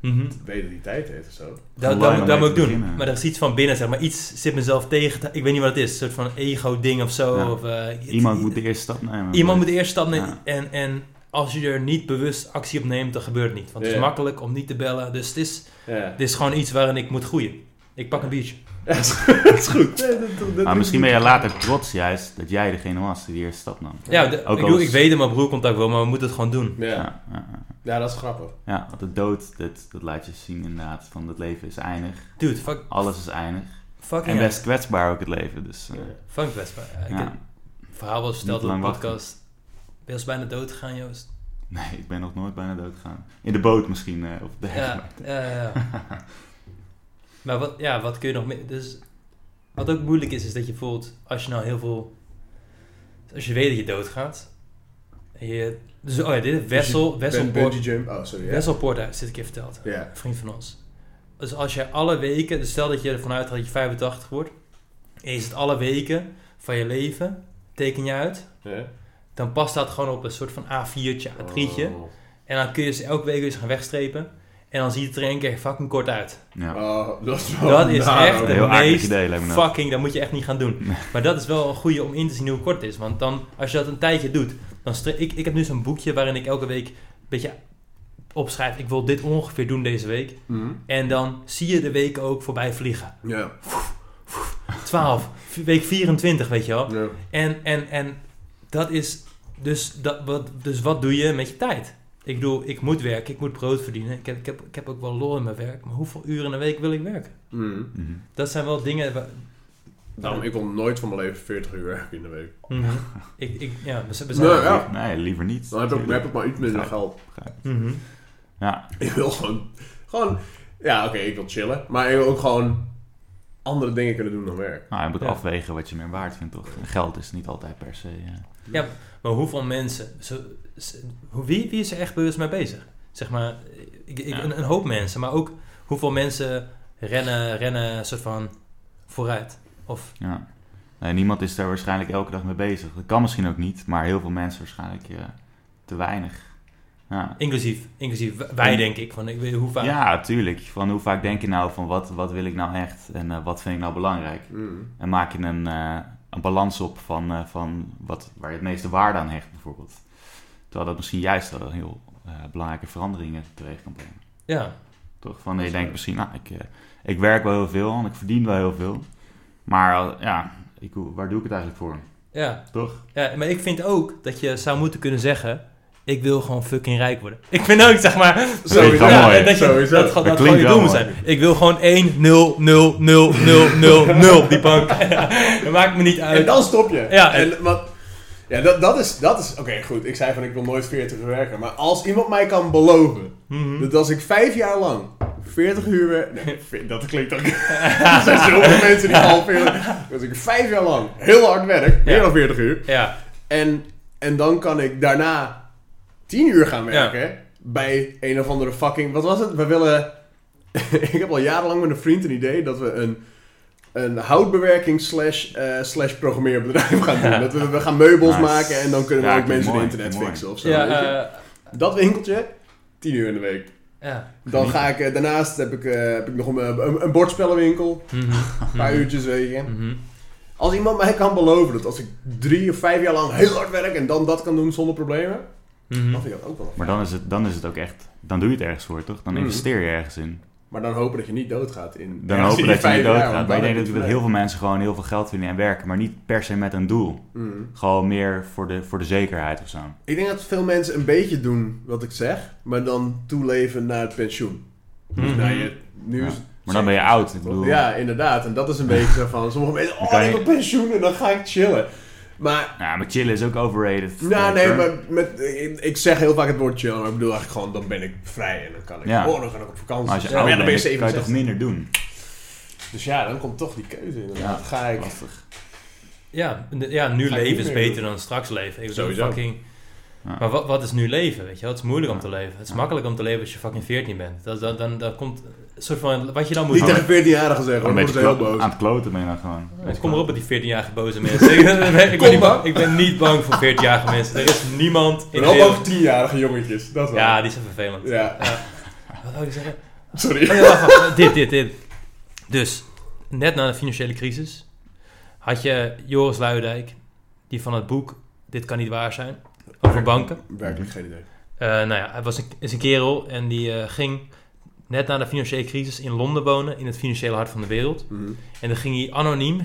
weet dat hij tijd heeft of zo.
Dat moet ik doen. Maar er is iets van binnen, zeg maar. Iets zit mezelf tegen. Ik weet niet wat het is. Een soort van ego-ding of zo.
Ja.
Of,
Iemand moet de eerste stap nemen.
Iemand moet de eerste stap nemen.
Ja.
En als je er niet bewust actie op neemt, dan gebeurt het niet. Want het is makkelijk om niet te bellen. Dus het is gewoon iets waarin ik moet groeien. Ik pak een biertje.
Ja, dat is goed.
Maar misschien ben je later trots juist dat jij degene was die de eerste stap nam.
Ja, ik weet dat mijn broercontact wil, maar we moeten het gewoon doen.
Ja, dat is grappig.
Ja, want de dood, dat laat je zien inderdaad, van het leven is eindig.
Dude, fuck.
Alles is eindig.
Fucking
en best kwetsbaar ook het leven, dus...
fuck kwetsbaar. Ik heb een verhaal was verteld op de podcast. Ben je eens bijna dood gegaan, Joost?
Nee, ik ben nog nooit bijna dood gegaan. In de boot misschien, of de heg.
Ja. Maar wat kun je nog meer... Dus, wat ook moeilijk is dat je bijvoorbeeld... Als je nou heel veel... Als je weet dat je doodgaat... dit is Wessel Poort heeft dit een keer verteld.
Ja.
Een vriend van ons. Dus als je alle weken... Dus stel dat je ervan uitgaat dat je 85 wordt... En je zit alle weken van je leven... Teken je uit...
Ja.
Dan past dat gewoon op een soort van A4'tje, A3'tje. En dan kun je ze elke week weer gaan wegstrepen... En dan ziet het er 1 keer fucking kort uit.
Ja.
Dat is
echt de meest
idee,
fucking... Dat moet je echt niet gaan doen. Nee. Maar dat is wel een goede om in te zien hoe kort het is. Want dan, als je dat een tijdje doet... Dan ik heb nu zo'n boekje waarin ik elke week... een beetje opschrijf... Ik wil dit ongeveer doen deze week. En dan zie je de weken ook voorbij vliegen.
Ja.
12. Week 24, weet je wel.
Ja.
En dat is... Dus wat doe je met je tijd? Ik bedoel, ik moet werken, ik moet brood verdienen. Ik heb ook wel lol in mijn werk. Maar hoeveel uren in de week wil ik werken? Dat zijn wel dingen...
Ik wil nooit van mijn leven 40 uur werken in de week.
Nee, liever niet.
Dan heb ik maar iets minder geld.
Ja.
Ik wil gewoon ja, oké, ik wil chillen. Maar ik wil ook gewoon andere dingen kunnen doen dan werk.
Nou, je moet afwegen wat je meer waard vindt, toch? Geld is niet altijd per se...
Ja, maar hoeveel mensen... Wie is er echt bewust mee bezig? Zeg maar, een hoop mensen, maar ook hoeveel mensen rennen soort van vooruit? Of... Ja.
Nee, niemand is daar waarschijnlijk elke dag mee bezig. Dat kan misschien ook niet, maar heel veel mensen waarschijnlijk te weinig. Ja.
Inclusief wij, denk ik. Van, hoe vaak...
Ja, tuurlijk. Van hoe vaak denk je nou van wat wil ik nou echt en wat vind ik nou belangrijk? En maak je een balans op van waar je het meeste waarde aan hecht, bijvoorbeeld. Terwijl dat misschien juist wel heel belangrijke veranderingen teweeg kan brengen.
Ja.
Toch? Van je denkt misschien, ik werk wel heel veel en ik verdien wel heel veel. Maar waar doe ik het eigenlijk voor?
Ja.
Toch?
Ja, maar ik vind ook dat je zou moeten kunnen zeggen... Ik wil gewoon fucking rijk worden. Ik vind ook, zeg maar...
Sowieso.
Mooi. Dat gewoon je doel moet zijn. Ik wil gewoon 1, 0, 0, 0, 0, 0, 0 op die bank. Dat maakt me niet uit.
En dan stop je.
Ja,
dat is oké, goed. Ik zei van ik wil nooit 40 uur werken. Maar als iemand mij kan beloven... dat als ik 5 jaar lang 40 uur werk... Nee, dat klinkt ook... Er zijn zoveel mensen die al 40... Als ik 5 jaar lang heel hard werk... Meer dan 40 uur...
Ja.
En dan kan ik daarna 10 uur gaan werken... Bij een of andere fucking... Wat was het? We willen... Ik heb al jarenlang met een vriend een idee... dat we een houtbewerking slash programmeerbedrijf gaan doen. Dat we gaan meubels maken en dan kunnen we ook mensen het internet fixen of zo. Ja, dat winkeltje, 10 uur in de week.
Ja.
Dan ga ik, daarnaast heb ik nog een bordspellenwinkel. Een paar uurtjes, weet je. Als iemand mij kan beloven dat als ik 3 of 5 jaar lang heel hard werk en dan dat kan doen zonder problemen, dan vind ik dat ook wel.
Maar dan is het ook echt, dan doe je het ergens voor, toch? Dan investeer je ergens in.
Maar dan hopen dat je niet doodgaat.
Dan hopen dat je niet doodgaat. Maar ik denk natuurlijk dat heel veel mensen gewoon heel veel geld verdienen en werken. Maar niet per se met een doel. Gewoon meer voor de zekerheid of zo.
Ik denk dat veel mensen een beetje doen wat ik zeg. Maar dan toeleven naar het pensioen. Dus
maar dan ben je oud. Ik bedoel.
Ja, inderdaad. En dat is een beetje zo van... Sommige mensen, ik wil pensioen en dan ga ik chillen. Maar
chillen is ook overrated.
Nou, maar ik zeg heel vaak het woord chillen, maar ik bedoel eigenlijk gewoon, dan ben ik vrij en dan kan ik dan ga ik op vakantie.
Maar als je oud
dan ben je 67.
kan je toch minder doen.
Dus ja, dan komt toch die keuze inderdaad. Ga ik...
Lastig.
Ja, nu leven is beter dan straks leven. Ik
sowieso.
Fucking... Ja. Maar wat is nu leven, weet je wel? Het is moeilijk om te leven. Het is makkelijk om te leven als je fucking 14 bent. Dan komt een soort van... Wat je dan moet
niet tegen 14-jarigen zeggen, hoor.
Een heel boos. Aan het kloten ben je dan gewoon.
Kom maar op met die 14-jarige boze mensen. ik ben niet bang voor 14-jarige mensen. Er is niemand in de wereld...
Ook 10-jarige jongetjes. Dat wel.
Ja, die zijn vervelend.
Ja.
Wat wil ik zeggen?
Sorry.
Oh, ja, wacht. Dit. Dus, net na de financiële crisis had je Joris Luijendijk, die van het boek Dit kan niet waar zijn, over banken.
Werkelijk geen idee.
Hij is een kerel en die ging net na de financiële crisis in Londen wonen, in het financiële hart van de wereld.
Mm-hmm.
En dan ging hij anoniem,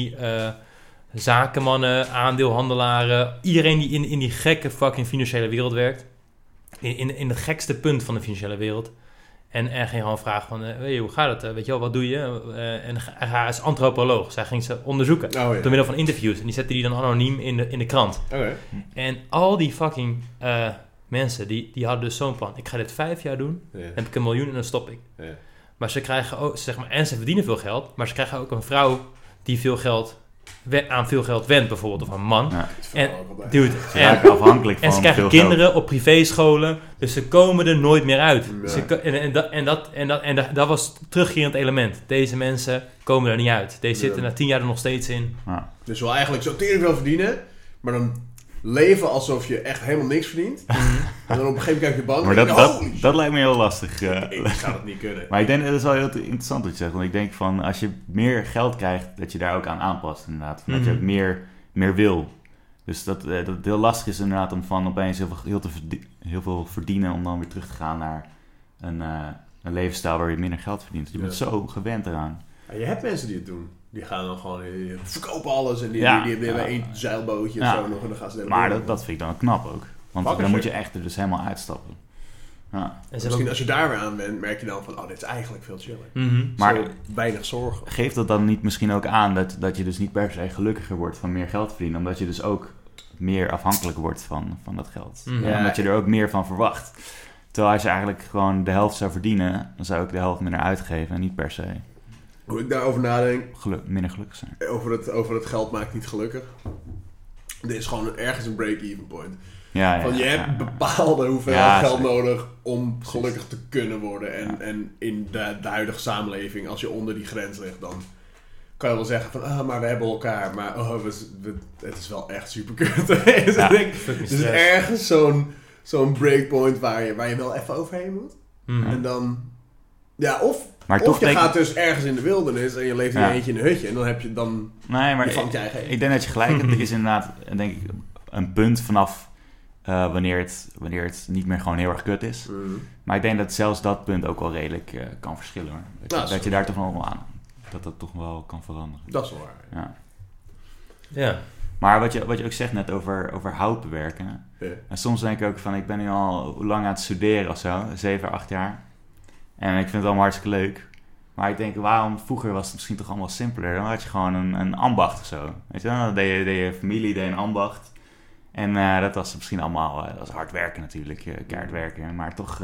zakenmannen, aandeelhandelaren, iedereen die in die gekke fucking financiële wereld werkt, in het gekste punt van de financiële wereld. En ging gewoon vragen van, hoe gaat het? Weet je wel, wat doe je? En hij is antropoloog, dus hij ging ze onderzoeken door middel van interviews. En die zette hij dan anoniem in de krant.
Okay.
En al die fucking mensen, die hadden dus zo'n plan. Ik ga dit 5 jaar doen, dan heb ik $1 miljoen en dan stop ik.
Ja.
Maar ze krijgen ook, zeg maar, en ze verdienen veel geld, maar ze krijgen ook een vrouw die aan veel geld went, bijvoorbeeld, of een man. Ja.
En afhankelijk van
en ze krijgen kinderen op privéscholen, dus ze komen er nooit meer uit. Ja. En dat was terugkerend element. Deze mensen komen er niet uit. Deze zitten na 10 jaar er nog steeds in.
Ja. Dus wel eigenlijk zo tering veel verdienen, maar dan leven alsof je echt helemaal niks verdient. En dan op een gegeven moment kijk je bank.
Maar dat lijkt me heel lastig.
Ik zou het niet kunnen.
Maar ik denk, dat is wel heel interessant wat je zegt. Want ik denk van, als je meer geld krijgt, dat je daar ook aan aanpast inderdaad. Dat je ook meer wil. Dus dat het heel lastig is inderdaad om van opeens heel veel verdienen, om dan weer terug te gaan naar een levensstijl waar je minder geld verdient. Je bent zo gewend eraan.
Ja, je hebt mensen die het doen. Die gaan dan gewoon, die verkopen alles en die hebben één zeilbootje en zo nog en dan gaan ze...
Maar dat vind ik dan knap ook. Want dan moet je echt er dus helemaal uitstappen. Ja.
En misschien als je daar weer aan bent, merk je dan van, dit is eigenlijk veel chiller.
Mm-hmm.
Maar
weinig zorgen.
Geeft dat dan niet misschien ook aan dat je dus niet per se gelukkiger wordt van meer geld verdienen, omdat je dus ook meer afhankelijk wordt van dat geld.
Mm-hmm.
Ja, omdat je er ook meer van verwacht. Terwijl als je eigenlijk gewoon de helft zou verdienen, dan zou ik de helft minder uitgeven en niet per se.
Hoe ik daarover nadenk...
minder gelukkig zijn.
Over het geld maakt niet gelukkig. Er is gewoon ergens een break-even point.
Ja,
je hebt bepaalde hoeveelheid geld nodig om gelukkig te kunnen worden. En in de huidige samenleving, als je onder die grens ligt, dan kan je wel zeggen van, maar we hebben elkaar. Maar het is wel echt super kut. Dus ergens zo'n breakpoint waar je wel even overheen moet.
Mm-hmm.
En dan... Ja, of je gaat dus ergens in de wildernis en je leeft in een eentje in een hutje. En dan heb je dan...
Nee, maar ik denk dat je gelijk hebt. Het is inderdaad, denk ik, een punt vanaf wanneer het niet meer gewoon heel erg kut is. Mm. Maar ik denk dat zelfs dat punt ook wel redelijk kan verschillen. Hoor. Dat je daar toch nog wel aan... Dat toch wel kan veranderen.
Dat is wel waar.
Ja.
Maar wat je ook zegt net over hout bewerken. Ja. En soms denk ik ook van, ik ben nu al hoe lang aan het studeren of zo. 7, 8 jaar. En ik vind het allemaal hartstikke leuk. Maar ik denk, vroeger was het misschien toch allemaal simpeler. Dan had je gewoon een ambacht of zo. Weet je wel? Dan deed je familie, deed een ambacht. En dat was misschien allemaal, dat was hard werken natuurlijk, keihard werken. Maar toch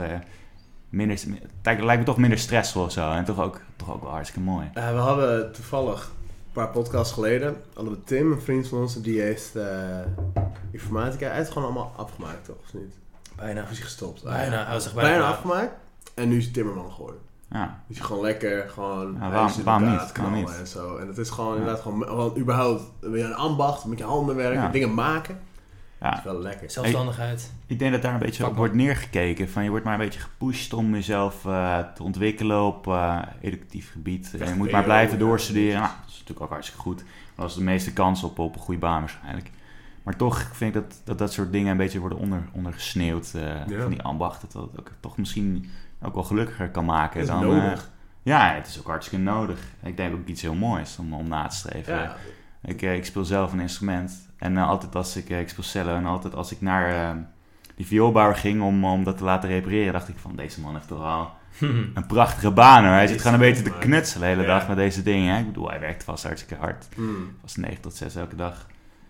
het lijkt me toch minder stressvol of zo. En toch ook wel hartstikke mooi.
We hadden toevallig een paar podcasts geleden, hadden we Tim, een vriend van ons, die heeft informatica. Hij heeft gewoon allemaal afgemaakt, toch? Of niet?
Bijna.
Is hij gestopt?
Bijna. Hij was echt
bijna afgemaakt. En nu is hij timmerman geworden.
Ja.
Dus je gewoon lekker,
waarom niet?
En zo. En het is gewoon inderdaad gewoon überhaupt een ambacht, met je handen werken, dingen maken. Ja. Dat is wel lekker.
Zelfstandigheid.
Ik denk dat daar een beetje op wordt neergekeken. Van, je wordt maar een beetje gepusht om jezelf te ontwikkelen op educatief gebied. En je moet maar blijven doorstuderen. Nou, dat is natuurlijk ook hartstikke goed. Maar dat is de meeste kans op een goede baan waarschijnlijk. Maar toch vind ik dat soort dingen een beetje worden ondergesneeuwd van die ambachten. Dat het ook toch misschien ook wel gelukkiger kan maken.
Het is
dan
nodig.
Het is ook hartstikke nodig. Ik denk ook iets heel moois om na te streven. Ja. Ik speel zelf een instrument. En altijd als ik speel cello. En altijd als ik naar die vioolbouwer ging om dat te laten repareren, dacht ik van, deze man heeft toch wel een prachtige baan. Hoor. Hij zit gewoon een beetje te knutselen de hele dag met deze dingen. Hè? Ik bedoel, hij werkt vast hartstikke hard. Vast 9 tot 6 elke dag.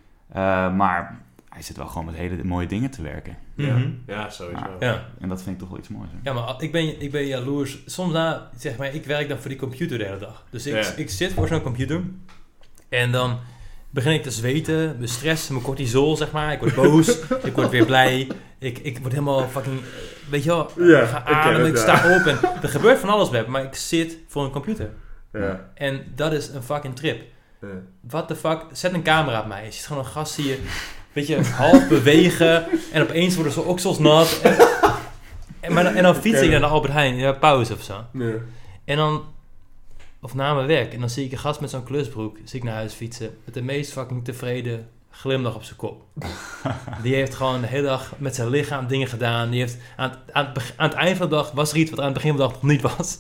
Maar hij zit wel gewoon met hele mooie dingen te werken.
Ja, sowieso.
En dat vind ik toch wel iets moois. Hè?
Ja, maar ik ben jaloers. Soms zeg maar, ik werk dan voor die computer de hele dag. Dus ik zit voor zo'n computer. En dan begin ik te zweten, mijn stress, mijn cortisol, zeg maar. Ik word boos, ik word weer blij. Ik word helemaal fucking, weet je wel, ik ga ademen, ik sta op. En er gebeurt van alles bij me, maar ik zit voor een computer.
Ja.
En dat is een fucking trip. What the fuck? Zet een camera op mij. Je ziet gewoon een gast, zie je, weet je, half bewegen. En opeens worden zijn oksels nat. En dan fiets ik naar de Albert Heijn, in de pauze of zo.
Nee.
En dan, of na mijn werk, en dan zie ik een gast met zo'n klusbroek, zie ik naar huis fietsen, met de meest fucking tevreden glimlach op zijn kop. Die heeft gewoon de hele dag met zijn lichaam dingen gedaan. Die heeft aan het eind van de dag was er iets wat aan het begin van de dag nog niet was.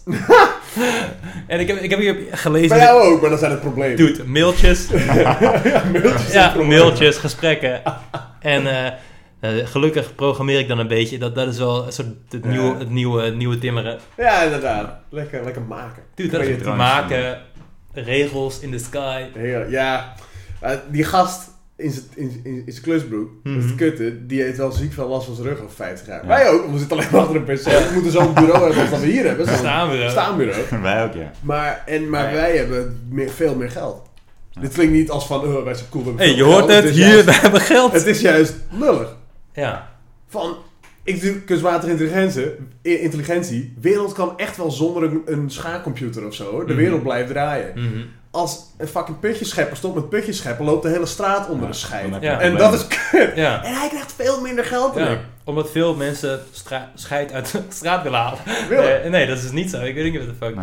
En ik heb hier gelezen...
Bij jou ook, maar dan zijn het problemen.
Dude, mailtjes. Mailtjes, gesprekken. En gelukkig programmeer ik dan een beetje. Dat is wel een soort het nieuwe timmeren.
Ja, inderdaad. Lekker maken.
Dude, dat is maken. Regels in the sky.
Ja, die gast in zijn klusbroek, dat is de kutte, die heeft wel ziek veel last van zijn rug over 50 jaar. Ja. Wij ook, want we zitten alleen maar achter een pc. We moeten zo'n bureau hebben als dat we hier hebben. Zo'n staanbureau.
Wij ook, ja.
Maar wij hebben veel meer geld. Ja. Dit klinkt niet als van, wij zijn cool.
Hey, je hoort het, hier, we hebben geld.
Het is juist lullig.
Ja.
Van, ik doe kunstmatige intelligentie. Wereld kan echt wel zonder een schaakcomputer of zo. Hoor. De wereld blijft draaien. Als een fucking putjeschepper stopt met putjescheppen, loopt de hele straat onder de scheid.
Ja.
En dat is kut.
Ja.
En hij krijgt veel minder geld dan ik.
Omdat veel mensen scheid uit de straat willen halen. Nee, dat is dus niet zo. Ik weet niet wat de fuck.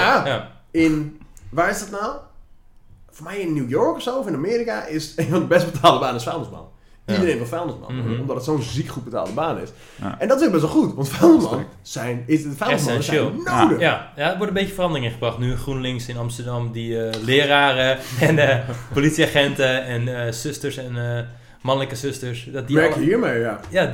Waar is dat nou? Voor mij in New York of zo, of in Amerika, is een van de best betaalde banen is vuilnisman. Iedereen wil vuilnisman worden, omdat het zo'n ziek goed betaalde baan is. Ja. En dat is best wel goed, want vuilnismannen zijn nodig.
Ja, er wordt een beetje verandering in gebracht. Nu GroenLinks in Amsterdam, die leraren en politieagenten en zusters en mannelijke zusters. Die
werken hiermee, ja.
Ja,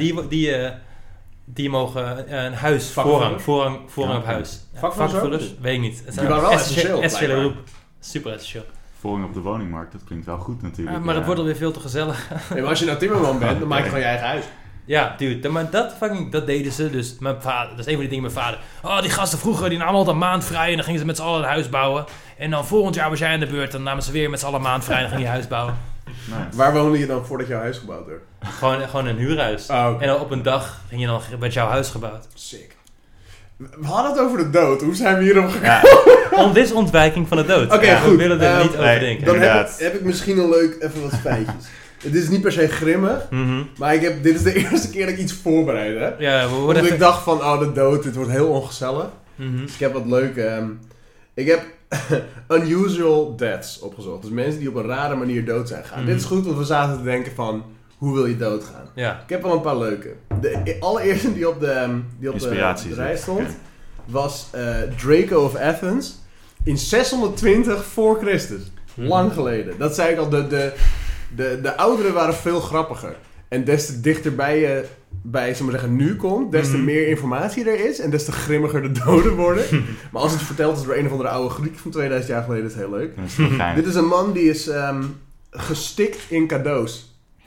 die mogen een huis, voorrang op huis. Vakvullers? Weet ik niet. Het zijn
wel essentieel
beroep. Super essentieel.
Voorrang op de woningmarkt, dat klinkt wel goed natuurlijk.
Maar het wordt alweer veel te gezellig.
Nee, maar als je nou timmerman bent, dan maak je gewoon je eigen huis.
Ja, dude, maar dat deden ze. Dus mijn vader, dat is een van die dingen met mijn vader. Oh, die gasten vroeger, die namen altijd een maand vrij en dan gingen ze met z'n allen een huis bouwen. En dan volgend jaar was jij aan de beurt, dan namen ze weer met z'n allen een maand vrij en dan ging je huis bouwen.
Nice. Waar woonde je dan voordat jouw huis gebouwd werd?
Gewoon een huurhuis. Oh, okay. En dan op een dag ging je dan met jouw huis gebouwd.
Sick. We hadden het over de dood. Hoe zijn we hierop gekomen?
Ja. Dit is ontwijking van de dood.
Oké, goed.
We willen er niet over denken.
Dan heb ik misschien een leuk even wat feitjes. Het is niet per se grimmig, maar dit is de eerste keer dat ik iets voorbereid heb.
Ja,
omdat ik dacht van, de dood, dit wordt heel ongezellig. Dus ik heb wat leuke... ik heb unusual deaths opgezocht. Dus mensen die op een rare manier dood zijn gegaan. Dit is goed, want we zaten te denken van... Hoe wil je doodgaan? Ja. Ik heb wel een paar leuke. De allereerste die op de rij stond... was Draco of Athens... in 620 voor Christus. Lang geleden. Dat zei ik al. De ouderen waren veel grappiger. En des te dichter bij nu komt... des te meer informatie er is... en des te grimmiger de doden worden. Maar als het verteld is door een of andere oude Griek... van 2000 jaar geleden, is het heel leuk. Dit is een man die is gestikt in cadeaus.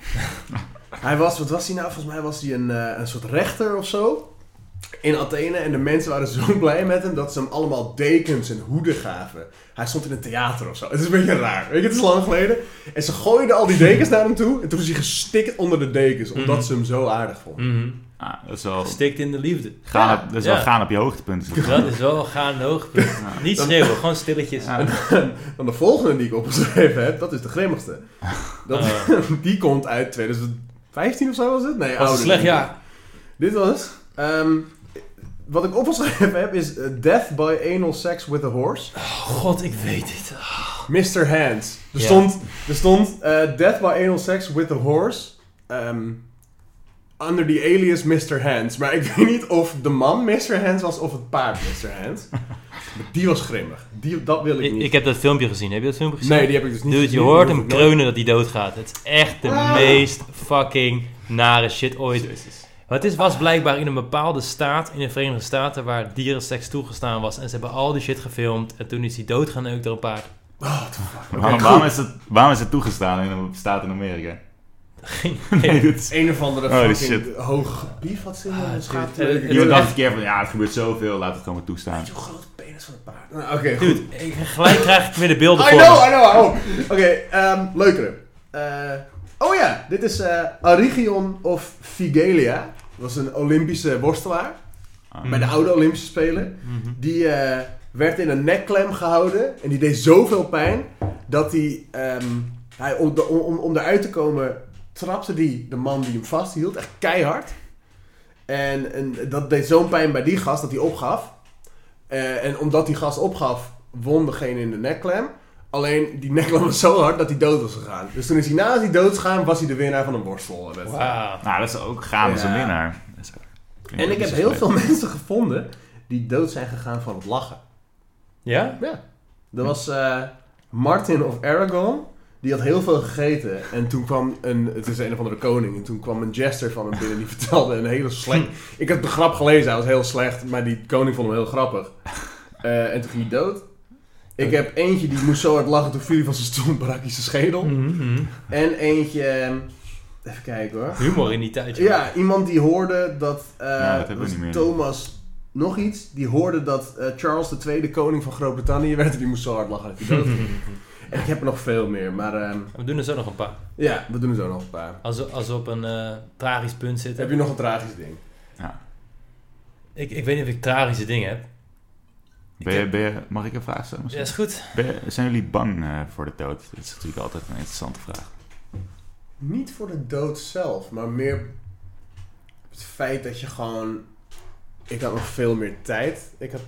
Wat was hij nou? Volgens mij was hij een soort rechter of zo. In Athene. En de mensen waren zo blij met hem dat ze hem allemaal dekens en hoeden gaven. Hij stond in een theater of zo. Het is een beetje raar. Weet je, het is lang geleden. En ze gooiden al die dekens naar hem toe. En toen was hij gestikt onder de dekens. Omdat ze hem zo aardig vonden.
Dat is wel...
Gestikt in de liefde.
Dat is wel gaan op je hoogtepunt.
Dat is wel gaan hoogtepunt. Niet schreeuwen, gewoon stilletjes.
Ja. Dan de volgende die ik opgeschreven heb, dat is de grimmigste. Die komt uit 2015 of zo was het? Nee, ouder.
Slecht jaar.
Dit was... wat ik opgeschreven heb is Death by Anal Sex with a Horse.
Oh god, ik weet dit.
Mr. Hands. Er stond Death by Anal Sex with a Horse. Under the alias Mr. Hands. Maar ik weet niet of de man Mr. Hands was of het paard Mr. Hands. Maar die was grimmig. Dat wil ik niet.
Ik heb dat filmpje gezien. Heb je dat filmpje gezien?
Nee, die heb ik dus niet gezien.
Je hoort hem kreunen dat hij doodgaat. Het is echt de meest fucking nare shit ooit. Het was blijkbaar in een bepaalde staat in de Verenigde Staten waar dierenseks toegestaan was. En ze hebben al die shit gefilmd. En toen is hij doodgeneukt door een paard.
Waarom is het toegestaan in een staat in Amerika?
Een of andere fucking hoge gebied wat ze in een schaap.
Je dacht een keer van, het gebeurt zoveel, laat het gewoon maar toestaan.
Weet je hoe groot de penis van het paard? Oké,
dude, gelijk krijg ik weer de beelden voor
I know. Oké, leukere. Dit is Arigion of Figelia. Dat was een Olympische worstelaar. Bij de oude Olympische Spelen. Die werd in een nekklem gehouden. En die deed zoveel pijn. Dat hij om eruit te komen... trapte de man die hem vasthield echt keihard. En dat deed zo'n pijn bij die gast dat hij opgaf. En omdat die gast opgaf, won degene in de nekklem. Alleen die nekklem was zo hard dat hij dood was gegaan. Dus toen is hij naast die dood gegaan, was hij de winnaar van een worstelwedstrijd.
Wauw.
Nou, dat is ook gaan als een winnaar.
En ik heb heel veel mensen gevonden die dood zijn gegaan van het lachen.
Ja?
Ja. Er was Martin of Aragon. Die had heel veel gegeten. En toen kwam het is een of andere koning. En toen kwam een jester van hem binnen. Die vertelde een hele slecht... Ik had de grap gelezen, hij was heel slecht. Maar die koning vond hem heel grappig. En toen ging hij dood. Ik heb eentje die moest zo hard lachen. Toen viel hij van zijn stoel en brak hij zijn schedel.
Mm-hmm.
En eentje... Even kijken hoor.
Humor in die tijd.
Ja, iemand die hoorde dat...
dat hebben we niet meer.
Thomas... Nog iets. Die hoorde dat Charles II koning van Groot-Brittannië werd. En die moest zo hard lachen dat hij dood ging. En ik heb er nog veel meer, maar...
We doen er zo nog een paar.
Ja, we doen er zo nog een paar.
Als we op een tragisch punt zitten.
Heb je nog een tragisch ding?
Ja.
Ik weet niet of ik tragische dingen heb.
Mag ik een vraag stellen?
Ja, is goed.
Zijn jullie bang voor de dood? Dat is natuurlijk altijd een interessante vraag.
Niet voor de dood zelf, maar meer het feit dat je gewoon... Ik had nog veel meer tijd.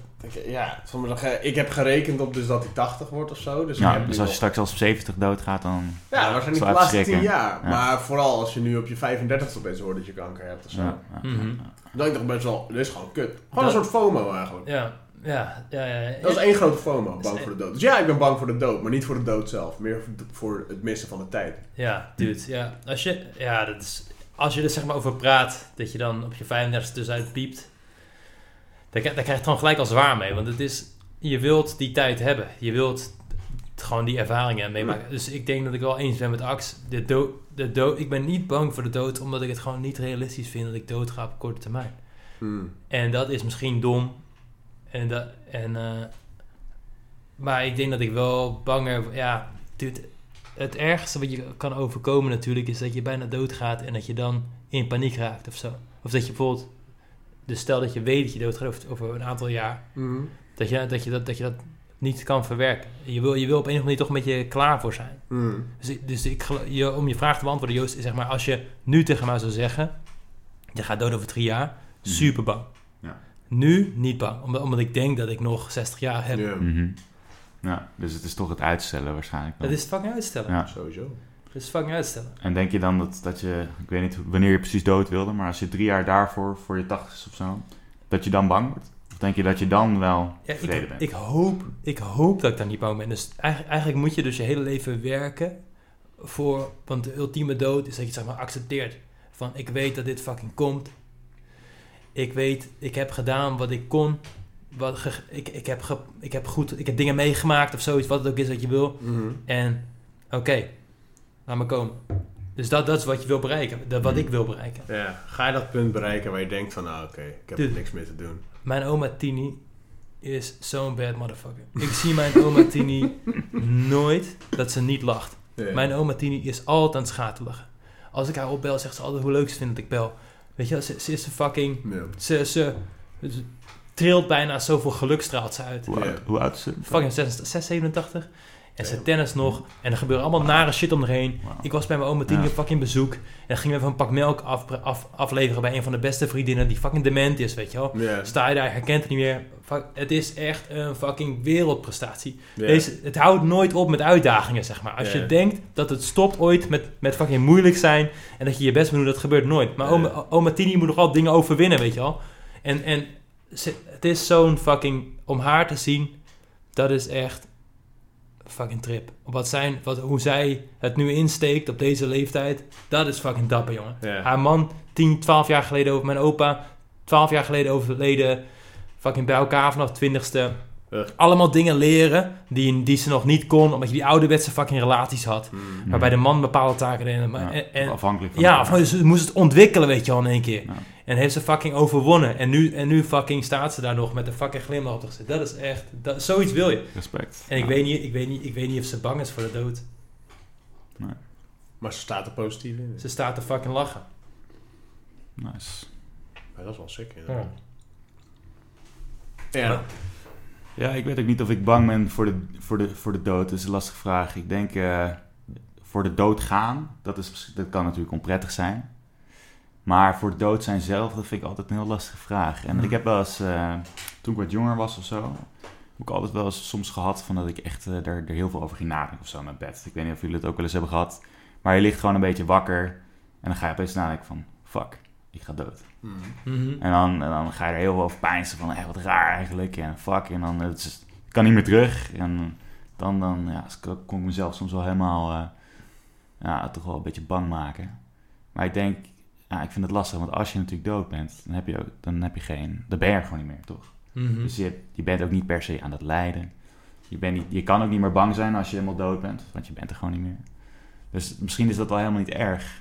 Ik heb gerekend op dus dat hij 80 wordt of zo. Dus,
dus als je straks als 70 doodgaat, dan...
Ja, waarschijnlijk de laatste 10 jaar. Ja. Maar vooral als je nu op je 35ste opeens hoort dat je kanker hebt of zo. Dan denk ik toch best wel, dit is gewoon kut. Gewoon een soort FOMO eigenlijk.
Ja.
Dat is één grote FOMO, bang voor de dood. Dus ja, ik ben bang voor de dood, maar niet voor de dood zelf. Meer voor het missen van de tijd.
Ja, dude. Ja. Als je er zeg maar over praat, dat je dan op je 35ste dus uitpiept... Daar krijg je het gewoon gelijk al zwaar mee. Want je wilt die tijd hebben. Je wilt gewoon die ervaringen meemaken. Dus ik denk dat ik wel eens ben met Ax. Ik ben niet bang voor de dood, omdat ik het gewoon niet realistisch vind dat ik dood ga op korte termijn. En dat is misschien dom. Maar ik denk dat ik wel banger... Ja, dude, het ergste wat je kan overkomen natuurlijk is dat je bijna doodgaat en dat je dan in paniek raakt of zo. Of dat je bijvoorbeeld... Dus stel dat je weet dat je doodgaat over een aantal jaar, dat je dat niet kan verwerken. Je wil op een of andere manier toch een beetje klaar voor zijn. Dus om je vraag te beantwoorden, Joost, is zeg maar, als je nu tegen mij zou zeggen, je gaat dood over 3 jaar, super bang.
Ja.
Nu niet bang, omdat ik denk dat ik nog 60 jaar heb.
Yeah.
Ja, dus het is toch het uitstellen waarschijnlijk.
Dat is het fucking uitstellen.
Ja.
Sowieso.
Dat is fucking uitstellen.
En denk je dan dat je, ik weet niet wanneer je precies dood wilde, maar als je 3 jaar daarvoor, voor je 80's of zo, dat je dan bang wordt? Of denk je dat je dan wel tevreden bent?
Ik hoop dat ik daar niet bang ben. Dus eigenlijk moet je dus je hele leven werken voor, want de ultieme dood is dat je zeg maar accepteert. Van ik weet dat dit fucking komt. Ik weet, ik heb gedaan wat ik kon. Ik heb dingen meegemaakt of zoiets, wat het ook is dat je wil. En oké. Laat me komen. Dus dat is wat je wil bereiken. Wat ik wil bereiken.
Ja, ga je dat punt bereiken waar je denkt van... oké, ik heb er niks meer te doen.
Mijn oma Tini is zo'n bad motherfucker. Ik zie mijn oma Tini nooit dat ze niet lacht. Ja. Mijn oma Tini is altijd aan het schaterlachen. Als ik haar opbel, zegt ze altijd hoe leuk ze vindt dat ik bel. Weet je wel, ze is een fucking... Ja. Ze trilt bijna, zoveel geluk straalt ze uit.
Hoe oud is ze?
Fucking 87. En ze tennis nog. En er gebeuren allemaal nare shit om erheen. Wow. Ik was bij mijn oma Tini fucking bezoek. En dan gingen we even een pak melk afleveren bij een van de beste vriendinnen die fucking dement is, weet je wel. Yeah. Sta je daar, herkent het niet meer. Het is echt een fucking wereldprestatie. Yeah. Het houdt nooit op met uitdagingen, zeg maar. Als je denkt dat het stopt ooit met fucking moeilijk zijn en dat je je best moet doen, dat gebeurt nooit. Maar oma Tini moet nog altijd dingen overwinnen, weet je wel. En het is zo'n fucking... Om haar te zien, dat is echt... fucking trip. Hoe zij het nu insteekt op deze leeftijd, dat is fucking dapper, jongen. Yeah. Haar man, 12 jaar geleden over mijn opa, 12 jaar geleden overleden, fucking bij elkaar vanaf 20ste. Allemaal dingen leren die ze nog niet kon, omdat je die ouderwetse fucking relaties had. Waarbij de man bepaalde taken deed.
Afhankelijk van
ja, ze moest het ontwikkelen, weet je wel, in één keer. Ja. En heeft ze fucking overwonnen. En nu fucking staat ze daar nog met een fucking glimlach op te zetten. Dat is echt... zoiets wil je.
Respect.
En ik weet niet of ze bang is voor de dood.
Nee.
Maar ze staat er positief in.
Ze staat er fucking lachen.
Nice.
Ja, dat is wel sick,
ja. Ja, ik weet ook niet of ik bang ben voor de dood. Dat is een lastige vraag. Ik denk voor de dood gaan, dat kan natuurlijk onprettig zijn. Maar voor het dood zijn zelf, dat vind ik altijd een heel lastige vraag. En ik heb wel eens, toen ik wat jonger was of zo, heb ik altijd wel eens soms gehad van dat ik echt er heel veel over ging nadenken of zo in mijn bed. Ik weet niet of jullie het ook wel eens hebben gehad. Maar je ligt gewoon een beetje wakker en dan ga je opeens nadenken van, fuck, ik ga dood.
Mhm.
En dan ga je er heel veel over peinzen van, wat raar eigenlijk. En fuck, en dan ik kan niet meer terug. En dan kon ik mezelf soms wel helemaal, toch wel een beetje bang maken. Maar ik denk, ik vind het lastig, want als je natuurlijk dood bent, dan ben je er gewoon niet meer, toch?
Mm-hmm.
Dus je bent ook niet per se aan het lijden. Je kan ook niet meer bang zijn als je helemaal dood bent, want je bent er gewoon niet meer. Dus misschien is dat wel helemaal niet erg.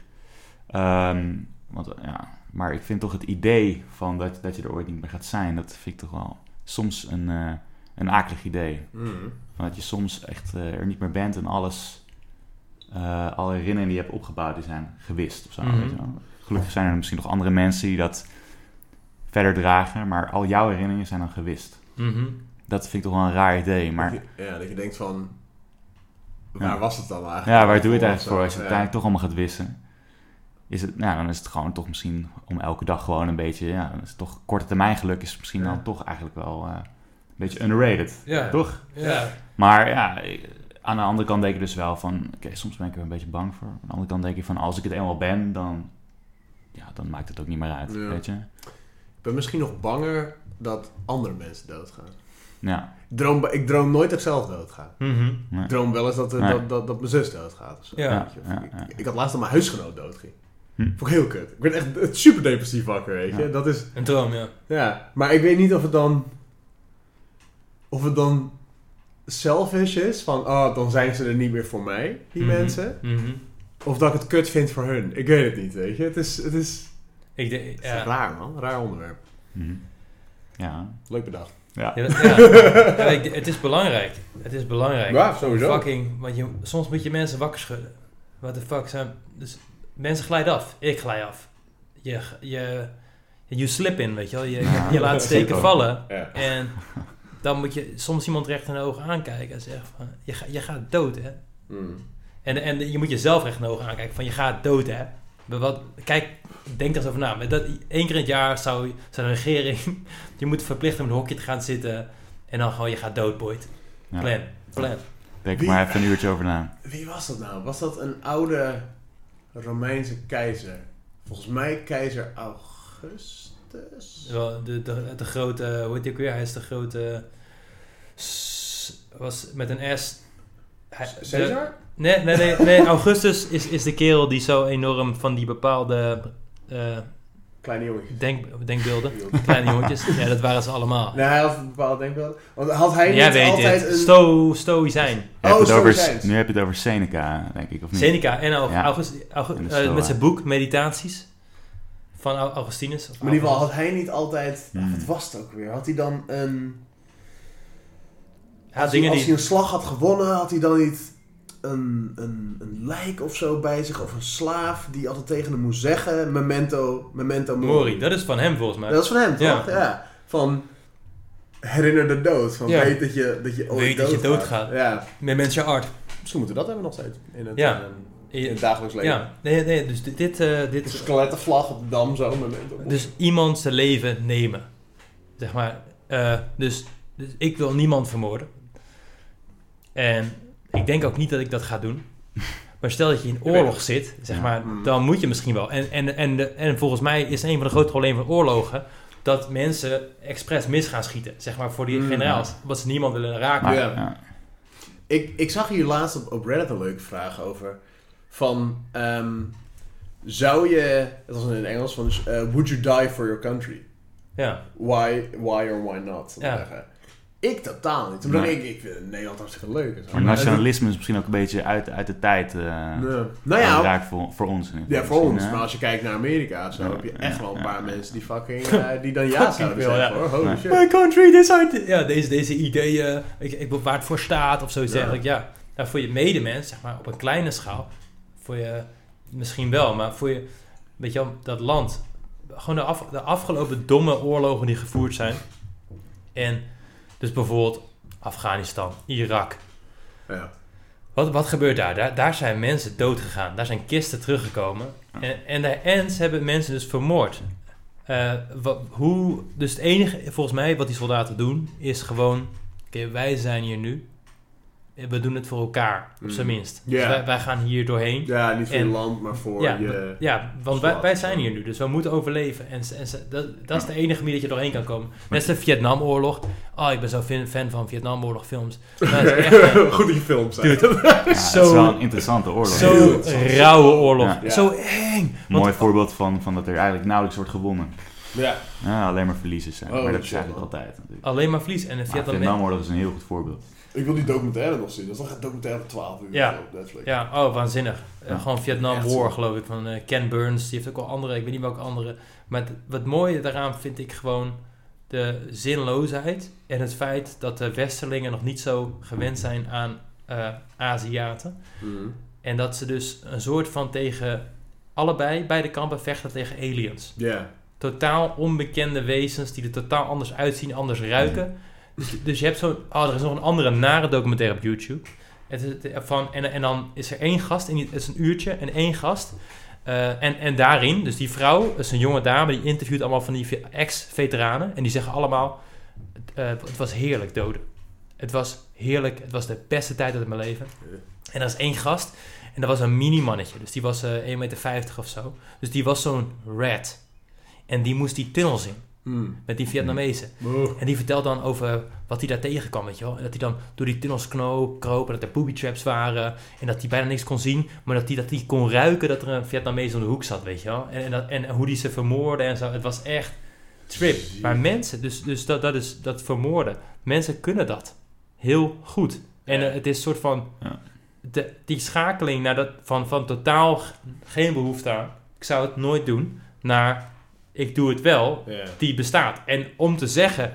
Maar ik vind toch het idee van dat je er ooit niet meer gaat zijn, dat vind ik toch wel soms een akelig idee.
Mm.
Van dat je soms echt er niet meer bent en alles, alle herinneringen die je hebt opgebouwd, die zijn gewist of zo.
Mm-hmm.
Weet je wel. Gelukkig zijn er misschien nog andere mensen die dat verder dragen, maar al jouw herinneringen zijn dan gewist.
Mm-hmm.
Dat vind ik toch wel een raar idee, maar...
Dat je denkt van, waar was het dan eigenlijk?
Ja, waar doe je het eigenlijk voor als je het
Ja.
uiteindelijk toch allemaal gaat wissen? Dan is het gewoon toch misschien om elke dag gewoon een beetje... dan is het toch korte termijn geluk is misschien dan toch eigenlijk wel een beetje underrated.
Ja.
Toch?
Ja.
Maar aan de andere kant denk ik dus wel van... Oké, soms ben ik er een beetje bang voor. Aan de andere kant denk ik van, als ik het eenmaal ben, dan maakt het ook niet meer uit,
Ja.
weet je?
Ik ben misschien nog banger dat andere mensen doodgaan.
Ja.
Ik droom nooit dat ik zelf doodga.
Mm-hmm.
Nee.
Ik droom wel eens dat mijn zus doodgaat. Of zo.
Ja.
Weet je.
Ja.
Ik had laatst dat mijn huisgenoot doodging.
Hm.
Vond ik heel kut. Ik werd echt super depressief wakker, weet je.
Ja.
Dat is...
Een droom, ja.
Ja, maar ik weet niet of het dan selfish is. Van, dan zijn ze er niet meer voor mij, die
Mhm.
mensen.
Mm-hmm.
Of dat ik het kut vind voor hun. Ik weet het niet, weet je. Het is
Ik denk,
raar, man. Raar onderwerp.
Mhm. Ja.
Leuk bedacht.
Ja.
Het is belangrijk. Het is belangrijk.
Ja, sowieso.
Want soms moet je mensen wakker schudden. What the fuck zijn... Dus mensen glijden af. Ik glij af. You slip in, weet je wel. Je laat steken vallen.
Ja.
En dan moet je soms iemand recht in de ogen aankijken en zeggen van... Je gaat dood, hè.
Mm.
En je moet jezelf recht in de ogen aankijken van... Je gaat dood, hè. Kijk, denk er eens over na. Maar 1 keer in het jaar zou de regering... Je moet verplichten om in een hokje te gaan zitten... En dan gewoon, je gaat dood, Boyd.
Ja.
Plan.
Denk er maar even een uurtje over na.
Wie was dat nou? Was dat een oude Romeinse keizer? Volgens mij keizer Augustus?
Wel, de grote... Hoe heet die ook weer? Hij is de grote... Was met een S...
Caesar?
Nee. Augustus is de kerel die zo enorm van die bepaalde...
Kleine jongetjes.
Denkbeelden. Kleine jongetjes. Ja, dat waren ze allemaal.
Nee, hij had een bepaald denkbeeld. Want had hij
Jij
niet
weet
altijd
het.
een...
Stoïcijn.
Nu heb je het over Seneca, denk ik, of niet?
Seneca en
Ja.
met zijn boek Meditaties van Augustinus.
Maar in ieder geval had hij niet altijd...
Hmm.
Wat was het ook weer? Had hij dan een...
Ja,
Als
dingen
hij
die...
een slag had gewonnen, had hij dan niet een lijk of zo bij zich? Of een slaaf die altijd tegen hem moest zeggen... Memento
Mori, dat is van hem volgens mij.
Dat is van hem,
Ja.
toch? Ja. Van... Herinner de dood. Van
Ja.
weet dat je ooit
Weet dat je doodgaat.
Ja.
Met mensen art.
Misschien moeten we dat hebben nog steeds. In het,
Ja.
in het dagelijks leven.
Ja, nee, dus dit
Een skelettenvlag op de dam zo. Memento.
dus iemand zijn leven nemen. Zeg maar. Dus ik wil niemand vermoorden. En ik denk ook niet dat ik dat ga doen. Maar stel dat je in oorlog zit, zeg maar, dan moet je misschien wel. En volgens mij is een van de grote problemen van oorlogen dat mensen expres mis gaan schieten, zeg maar, voor die generaals, omdat ze niemand willen raken.
Maar,
Ja. Ik zag hier laatst op Reddit een leuke vraag over. Van, zou je, het was in het Engels, van, would you die for your country?
Ja.
Why or why not?
Ja.
Zeggen. Ik totaal niet. Toen dacht ik vind Nederland hartstikke leuk. En zo.
Maar nationalisme is misschien ook een beetje uit de tijd
Nou ja,
raak voor ons. In ieder
ja,
geval
voor ons.
misschien,
Maar als je kijkt naar Amerika, zo
Ja,
heb je echt wel een
ja,
paar
ja.
mensen die fucking, die dan ja zouden
veel,
zeggen,
ja.
hoor. Holy
Ja.
shit.
My country, this are... Ja, deze ideeën, ik wil waar het voor staat of zoiets
Ja.
dergelijks. Ja. Nou, voor je medemens, zeg maar, op een kleine schaal, voor je misschien wel, maar voor je, weet je wel, dat land, gewoon de afgelopen domme oorlogen die gevoerd zijn. En dus bijvoorbeeld Afghanistan, Irak,
Ja.
Wat gebeurt daar? Daar zijn mensen dood gegaan. Daar zijn kisten teruggekomen. En de Ants hebben mensen dus vermoord. Dus het enige, volgens mij, wat die soldaten doen, is gewoon... Oké, wij zijn hier nu. We doen het voor elkaar, op zijn minst.
Yeah.
Dus wij gaan hier doorheen.
Ja, niet voor je land, maar voor je...
Ja, want wij zijn hier nu, dus we moeten overleven. En dat is de enige manier dat je doorheen kan komen. Net als de Vietnamoorlog. Oh, ik ben zo fan van Vietnamoorlog films. Dat is echt,
goed dat je films zijn.
Het is wel een interessante oorlog.
Zo'n rauwe oorlog.
Ja.
Zo eng.
Mooi voorbeeld van dat er eigenlijk nauwelijks wordt gewonnen.
Ja.
Alleen maar verliezers zijn. Maar dat is eigenlijk altijd. Natuurlijk.
Alleen maar verlies. En de
Vietnamoorlog is een heel goed voorbeeld.
Ik wil die documentaire nog zien. Dat is nog een documentaire van 12 uur op Netflix.
Ja, waanzinnig. Gewoon Vietnam War, geloof ik, van Ken Burns. Die heeft ook al andere, ik weet niet welke andere. Maar wat mooie daaraan vind ik gewoon de zinloosheid en het feit dat de Westerlingen nog niet zo gewend zijn aan Aziaten. Mm. En dat ze dus een soort van tegen beide kampen vechten tegen aliens.
Ja. Yeah.
Totaal onbekende wezens die er totaal anders uitzien, anders ruiken. Dus je hebt zo'n... er is nog een andere nare documentaire op YouTube. En dan is er één gast, het is een uurtje en één gast. En daarin, dus die vrouw, is een jonge dame, die interviewt allemaal van die ex-veteranen. En die zeggen allemaal, het was heerlijk doden. Het was heerlijk, het was de beste tijd uit mijn leven. En er is één gast, en dat was een mini-mannetje. Dus die was 1,50 meter of zo. Dus die was zo'n rat. En die moest die tunnels in. Met die Vietnamezen. En die vertelt dan over wat hij daar tegenkwam, weet je wel. En dat hij dan door die tunnels kroop en dat er booby traps waren. En dat hij bijna niks kon zien. Maar dat hij kon ruiken dat er een Vietnamees om de hoek zat, weet je wel. En hoe die ze vermoorden en zo. Het was echt trip. Maar mensen, dus dat is dat vermoorden. Mensen kunnen dat heel goed. En het is een soort van... die schakeling naar dat, van totaal geen behoefte aan. Ik zou het nooit doen. Naar... Ik doe het wel, die bestaat. En om te zeggen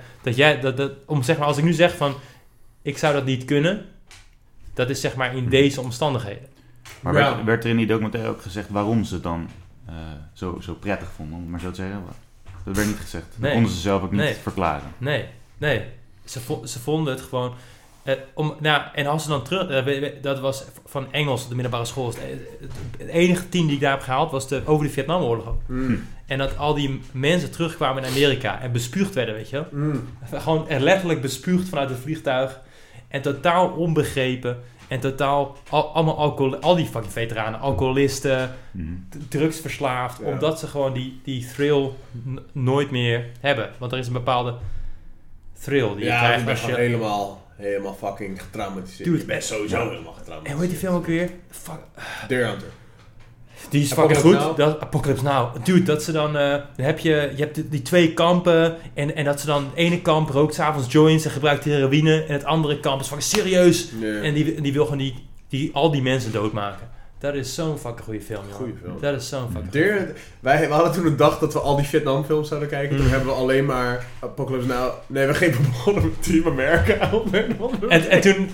als ik nu zeg van, ik zou dat niet kunnen, dat is zeg maar in deze omstandigheden.
Maar werd er in die documentaire ook gezegd waarom ze het dan zo prettig vonden, om het maar zo te zeggen? Dat werd niet gezegd. Dat konden ze zelf ook niet verklaren.
Nee. Ze vonden het gewoon... en als ze dan terug... dat was van Engels, de middelbare school. Het enige team die ik daar heb gehaald was over de Vietnamoorlog. En dat al die mensen terugkwamen in Amerika en bespuugd werden, weet je wel. Gewoon letterlijk bespuugd vanuit het vliegtuig. En totaal onbegrepen. En totaal allemaal al die fucking veteranen. Alcoholisten, drugsverslaafd. Omdat ze gewoon die thrill nooit meer hebben. Want er is een bepaalde thrill die je krijgt als je...
Helemaal fucking getraumatiseerd.
Dude,
ik ben sowieso helemaal getraumatiseerd.
En hoe heet die film ook weer?
Deer Hunter.
Die is fucking goed. Apocalypse Now. Dude, dat ze dan... je hebt die twee kampen. En dat ze dan... Het ene kamp rookt 's avonds joints en gebruikt heroïne. En het andere kamp is fucking serieus. Yeah. En die wil gewoon al die mensen doodmaken. Dat is zo'n fucking goede film, joh. Goeie film. Dat is zo'n fucking goede film.
We hadden toen een dag dat we al die Vietnam films zouden kijken. Toen hebben we alleen maar Apocalypse Now... Nee, we geen begonnen met Team America.
En toen...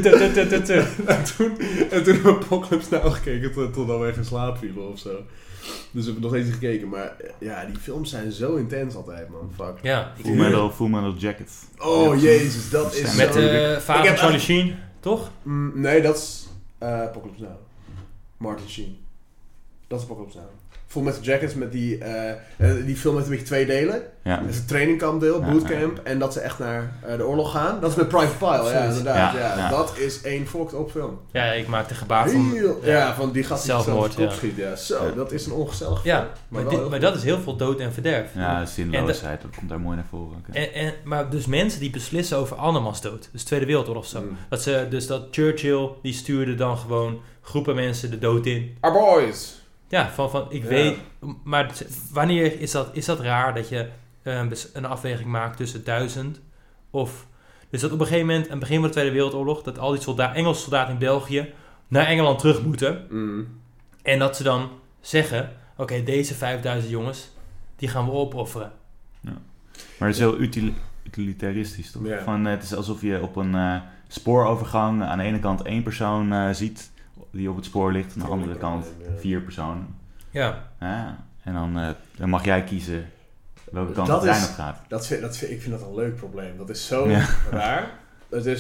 En toen hebben we Apocalypse Now gekeken totdat we echt in slaap vielen of zo. Dus we hebben nog eens gekeken. Maar ja, die films zijn zo intens altijd, man. Fuck.
Ja.
Full Metal Jacket.
Oh, jezus. Dat is
met vader van Charlie Sheen, toch?
Nee, dat is Apocalypse Now. Martin Sheen. Dat is Apocalypse Now. Full Metal Jacket met die film met een beetje 2 delen. Ja. Dat is een trainingkamp deel, bootcamp. En dat ze echt naar de oorlog gaan. Dat is met Private Pile, ja, inderdaad. Ja. Dat is één fucked op film.
Ja, ik maak de gebaar van...
van die gast die zelfmoord opschiet. Ja. Zo, dat is een ongezellig film.
Ja, maar dat is heel veel dood en verderf.
Ja, zinloosheid, dat komt daar mooi naar voren.
Maar dus mensen die beslissen over andermans dood. Dus Tweede Wereldoorlog of zo. Dat Churchill, die stuurde dan gewoon groepen mensen de dood in.
Our boys!
Ja, ik weet... Maar wanneer is dat raar dat je een afweging maakt tussen 1000 of... Dus dat op een gegeven moment, aan het begin van de Tweede Wereldoorlog... dat al die Engelse soldaten in België naar Engeland terug moeten. En dat ze dan zeggen... Oké, deze 5000 jongens, die gaan we opofferen.
Ja. Maar het is heel utilitaristisch, toch? Ja. Het is alsof je op een spoorovergang aan de ene kant 1 persoon ziet... die op het spoor ligt, aan de andere kant 4 personen.
Ja.
En dan mag jij kiezen welke kant het trein op gaat.
Ik vind dat een leuk probleem. Dat is zo raar. Het is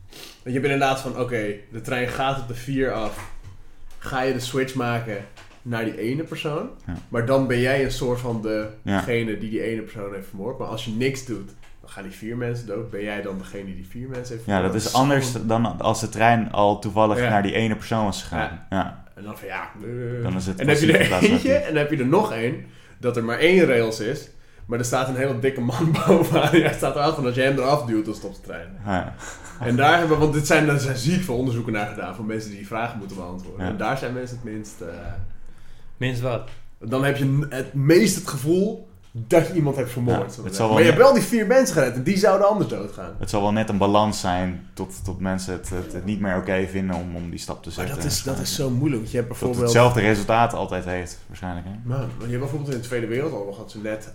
je hebt inderdaad van, oké, de trein gaat op de 4 af. Ga je de switch maken naar die ene persoon. Ja. Maar dan ben jij een soort van degene die ene persoon heeft vermoord. Maar als je niks doet, dan gaan die 4 mensen dood. Ben jij dan degene die die 4 mensen heeft vermoord?
Ja, dat is anders dan als de trein al toevallig naar die ene persoon was gegaan. Ja.
En dan van
dan is het
en dan heb je er eentje en dan heb je er nog één. Dat er maar 1 rails is. Maar er staat een hele dikke man bovenaan. Hij staat erachter van als je hem eraf duwt, dan stopt de trein.
Ja.
En daar hebben we, want er zijn ziek veel onderzoeken naar gedaan van mensen die vragen moeten beantwoorden. Ja. En daar zijn mensen het minst...
minst wat?
Dan heb je het meest het gevoel dat je iemand hebt vermoord.
Ja,
maar je hebt wel die 4 mensen gered en die zouden anders doodgaan.
Het zal wel net een balans zijn tot mensen het niet meer oké vinden om die stap te zetten.
Maar dat is zo moeilijk. Want je hebt bijvoorbeeld...
Dat hetzelfde resultaat altijd heeft, waarschijnlijk. Hè?
Maar je hebt bijvoorbeeld in de Tweede Wereldoorlog had ze net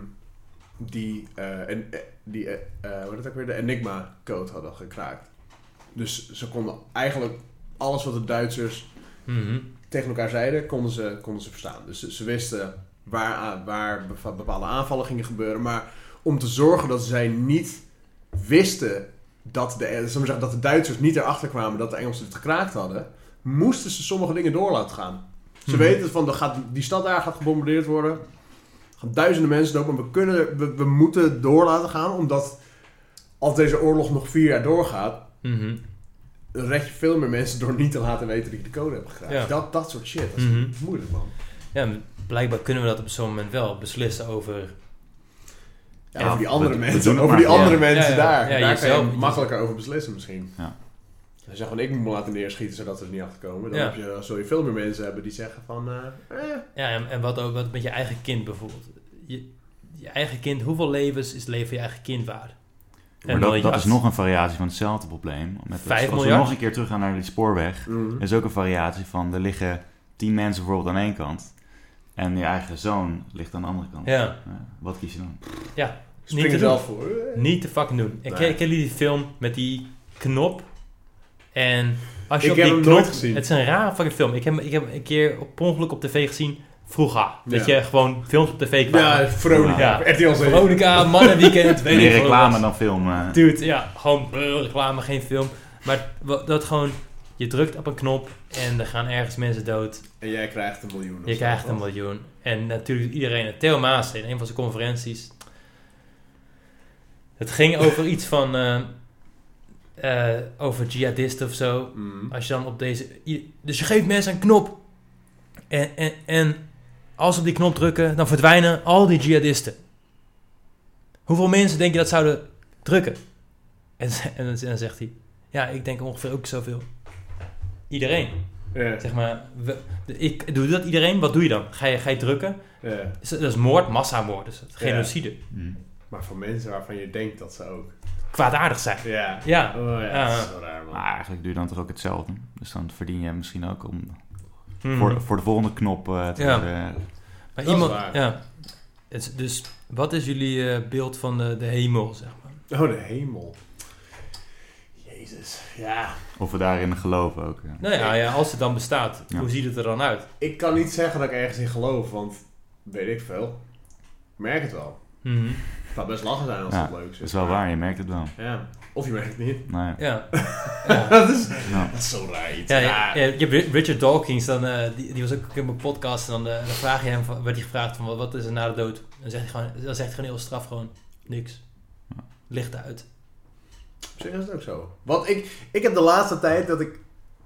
de Enigma-code hadden gekraakt. Dus ze konden eigenlijk alles wat de Duitsers tegen elkaar zeiden, konden ze verstaan. Dus ze wisten waar bepaalde aanvallen gingen gebeuren. Maar om te zorgen dat zij niet wisten dat de Duitsers niet erachter kwamen dat de Engelsen het gekraakt hadden, moesten ze sommige dingen door laten gaan. Ze weten van, die stad daar gaat gebombardeerd worden. Er gaan duizenden mensen dood, maar we moeten door laten gaan, omdat als deze oorlog nog 4 jaar doorgaat, dan red je veel meer mensen door niet te laten weten dat je de code hebt gekraakt. Ja. Dat soort shit, dat is moeilijk, man.
Ja, blijkbaar kunnen we dat op zo'n moment wel beslissen over...
Ja, over die andere mensen. Over die andere mensen daar.
Ja,
daar kan je makkelijker over beslissen misschien.
Ja.
Als je zegt van, ik moet me laten neerschieten zodat we er niet achter komen. Dan zul je veel meer mensen hebben die zeggen van...
Ja, en wat met je eigen kind bijvoorbeeld. Je eigen kind, hoeveel levens is het leven van je eigen kind waard?
Maar dat is nog een variatie van hetzelfde probleem. Als we nog een keer teruggaan naar die spoorweg, is ook een variatie van, er liggen 10 mensen bijvoorbeeld aan één kant en je eigen zoon ligt aan de andere kant.
Ja.
Wat kies je dan?
Ja,
spring er zelf voor.
Niet te fucking doen. Nee. Ken jullie die film met die knop? En als je
ik
op
heb
die
hem
knop,
nooit gezien.
Het is een rare fucking film. Ik heb een keer per ongeluk op tv gezien. Vroeger. Dat je gewoon films op tv kwamen.
Ja, Veronica. RTL 7.
Veronica, Mannenweekend.
Meer reclame dan film.
Dude, ja. Gewoon reclame, geen film. Maar dat gewoon... Je drukt op een knop en er gaan ergens mensen dood.
En jij krijgt $1 miljoen.
Je krijgt $1 miljoen. En natuurlijk iedereen... Theo Maas in een van zijn conferenties. Het ging over iets van... over jihadisten of zo. Als je dan op deze... Dus je geeft mensen een knop. En als ze op die knop drukken, dan verdwijnen al die jihadisten. Hoeveel mensen denk je dat zouden drukken? En dan zegt hij... Ja, ik denk ongeveer ook zoveel. Iedereen.
Yeah.
Zeg maar... Doe dat iedereen? Wat doe je dan? Ga je drukken?
Yeah.
Dat is moord, massamoord. Dus genocide.
Maar voor mensen waarvan je denkt dat ze ook...
kwaadaardig zijn.
Ja.
Ja.
Oh, ja. Dat is zo raar, man.
Maar eigenlijk doe je dan toch ook hetzelfde. Dus dan verdien je misschien ook om... Voor de volgende knop te worden.
Maar iemand, dus wat is jullie beeld van de hemel, zeg maar?
Oh, de hemel. Jezus, ja.
Of we daarin geloven ook. Ja.
Nou ja, als het dan bestaat, hoe ziet het er dan uit?
Ik kan niet zeggen dat ik ergens in geloof, want weet ik veel. Ik merk het wel. Het gaat best lachen zijn als het leuk is.
Dat is wel waar, je merkt het wel.
Ja. Of je merkt het niet.
Nee.
Ja.
Dat is zo raar iets.
Ja, je hebt Richard Dawkins, die was ook in mijn podcast. En dan vraag je hem, werd hij gevraagd van wat is er na de dood? Dan zegt hij gewoon heel straf gewoon niks. Licht uit.
Misschien is het ook zo. Want ik heb de laatste tijd dat ik...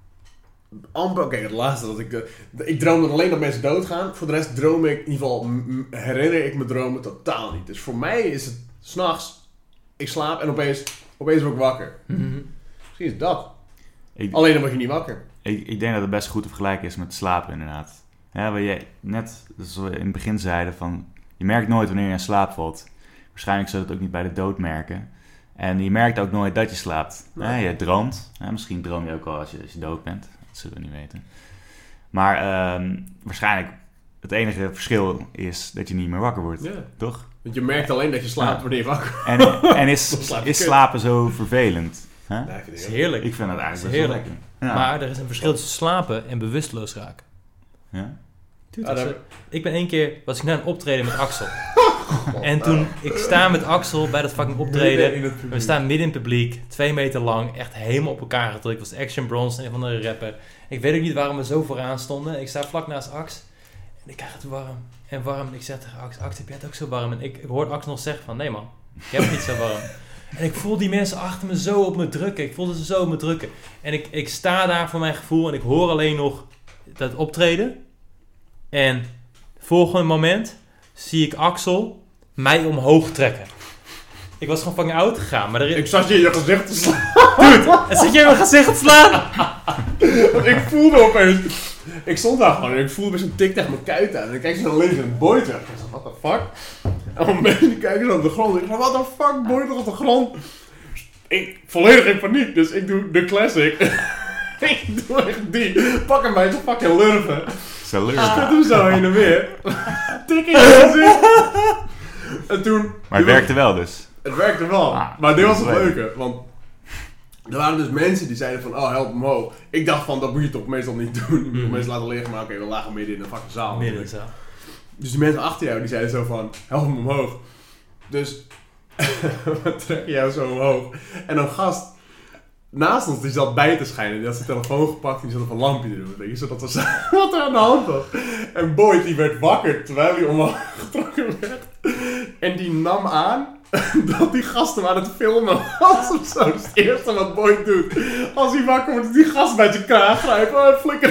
ik droom dan alleen dat mensen doodgaan. Voor de rest droom ik, in ieder geval herinner ik me dromen totaal niet. Dus voor mij is het 's nachts, ik slaap en opeens word ik wakker. Misschien is dat. Alleen dan word je niet wakker.
Ik denk dat het best goed te vergelijken is met slapen inderdaad. Ja, wat je net dus in het begin zeiden van... Je merkt nooit wanneer je in slaap valt. Waarschijnlijk zou je het ook niet bij de dood merken. En je merkt ook nooit dat je slaapt. Nee. Je droomt. Misschien droom je ook al als je dood bent. Dat zullen we niet weten. Maar waarschijnlijk het enige verschil is dat je niet meer wakker wordt. Ja. Toch?
Want je merkt alleen dat je slaapt wanneer je wakker
wordt. En is slapen zo vervelend? Huh?
Nee,
dat is heerlijk.
Ik vind dat eigenlijk best wel lekker.
Ja. Maar er is een verschil tussen slapen en bewusteloos raken.
Ja?
Ik ben 1 keer... Was ik naar een optreden met Axel. En toen, ik sta met Axel bij dat fucking optreden.
In het publiek.
We staan midden in het publiek, 2 meter lang, echt helemaal op elkaar gedrukt. Het was Action Bronson, een van de rapper. Ik weet ook niet waarom we zo vooraan stonden. Ik sta vlak naast Ax en ik krijg het warm en warm. Ik zeg tegen Ax, heb jij het ook zo warm? En ik hoor Ax nog zeggen van, nee man, ik heb het niet zo warm. En ik voel die mensen achter me zo op me drukken. Ik voelde ze zo op me drukken. En ik sta daar voor mijn gevoel en ik hoor alleen nog dat optreden. En volgende moment zie ik Axel mij omhoog trekken. Ik was gewoon fucking oud gegaan. Maar
Ik zat je in je gezicht te slaan.
Dude, en zit je in mijn gezicht te slaan?
Want ik voelde opeens... Ik stond daar gewoon en ik voelde met zo'n tik tegen mijn kuit aan. En ik kijk zo naar links en Boy terug. Ik zei, what the fuck? En op een beetje kijken zo op de grond. Ik zei, what the fuck, Boy toch op de grond? Ik volledig in paniek, dus ik doe de classic. Ik doe echt die. Pak hem bij zijn fucking lurven.
Zo leuk.
Ik doe zo heen en weer. Tik in je gezicht. En toen...
Maar het werkte wel dus.
Het werkte wel.
Ah,
Maar dit was het
leuk.
leuke. Want er waren dus mensen die zeiden van, oh help me omhoog. Ik dacht van, dat moet je toch meestal niet doen. Je moet mensen laten liggen, maar oké, we lagen midden in een fucking zaal.
Midden zo.
Dus die mensen achter jou, die zeiden zo van, help me omhoog. Dus, we trekken jou zo omhoog. En een gast naast ons, die zat bij te schijnen. Die had zijn telefoon gepakt en die zat op een lampje te doen. Weet je, zodat we zagen wat er aan de hand was. En Boyd, die werd wakker terwijl hij omhoog getrokken werd. En die nam aan dat die gast hem aan het filmen was of zo. Dat is het eerste wat Boyd doet. Als hij wakker wordt, die gast bij zijn kraag grijpen. Oh, flikker.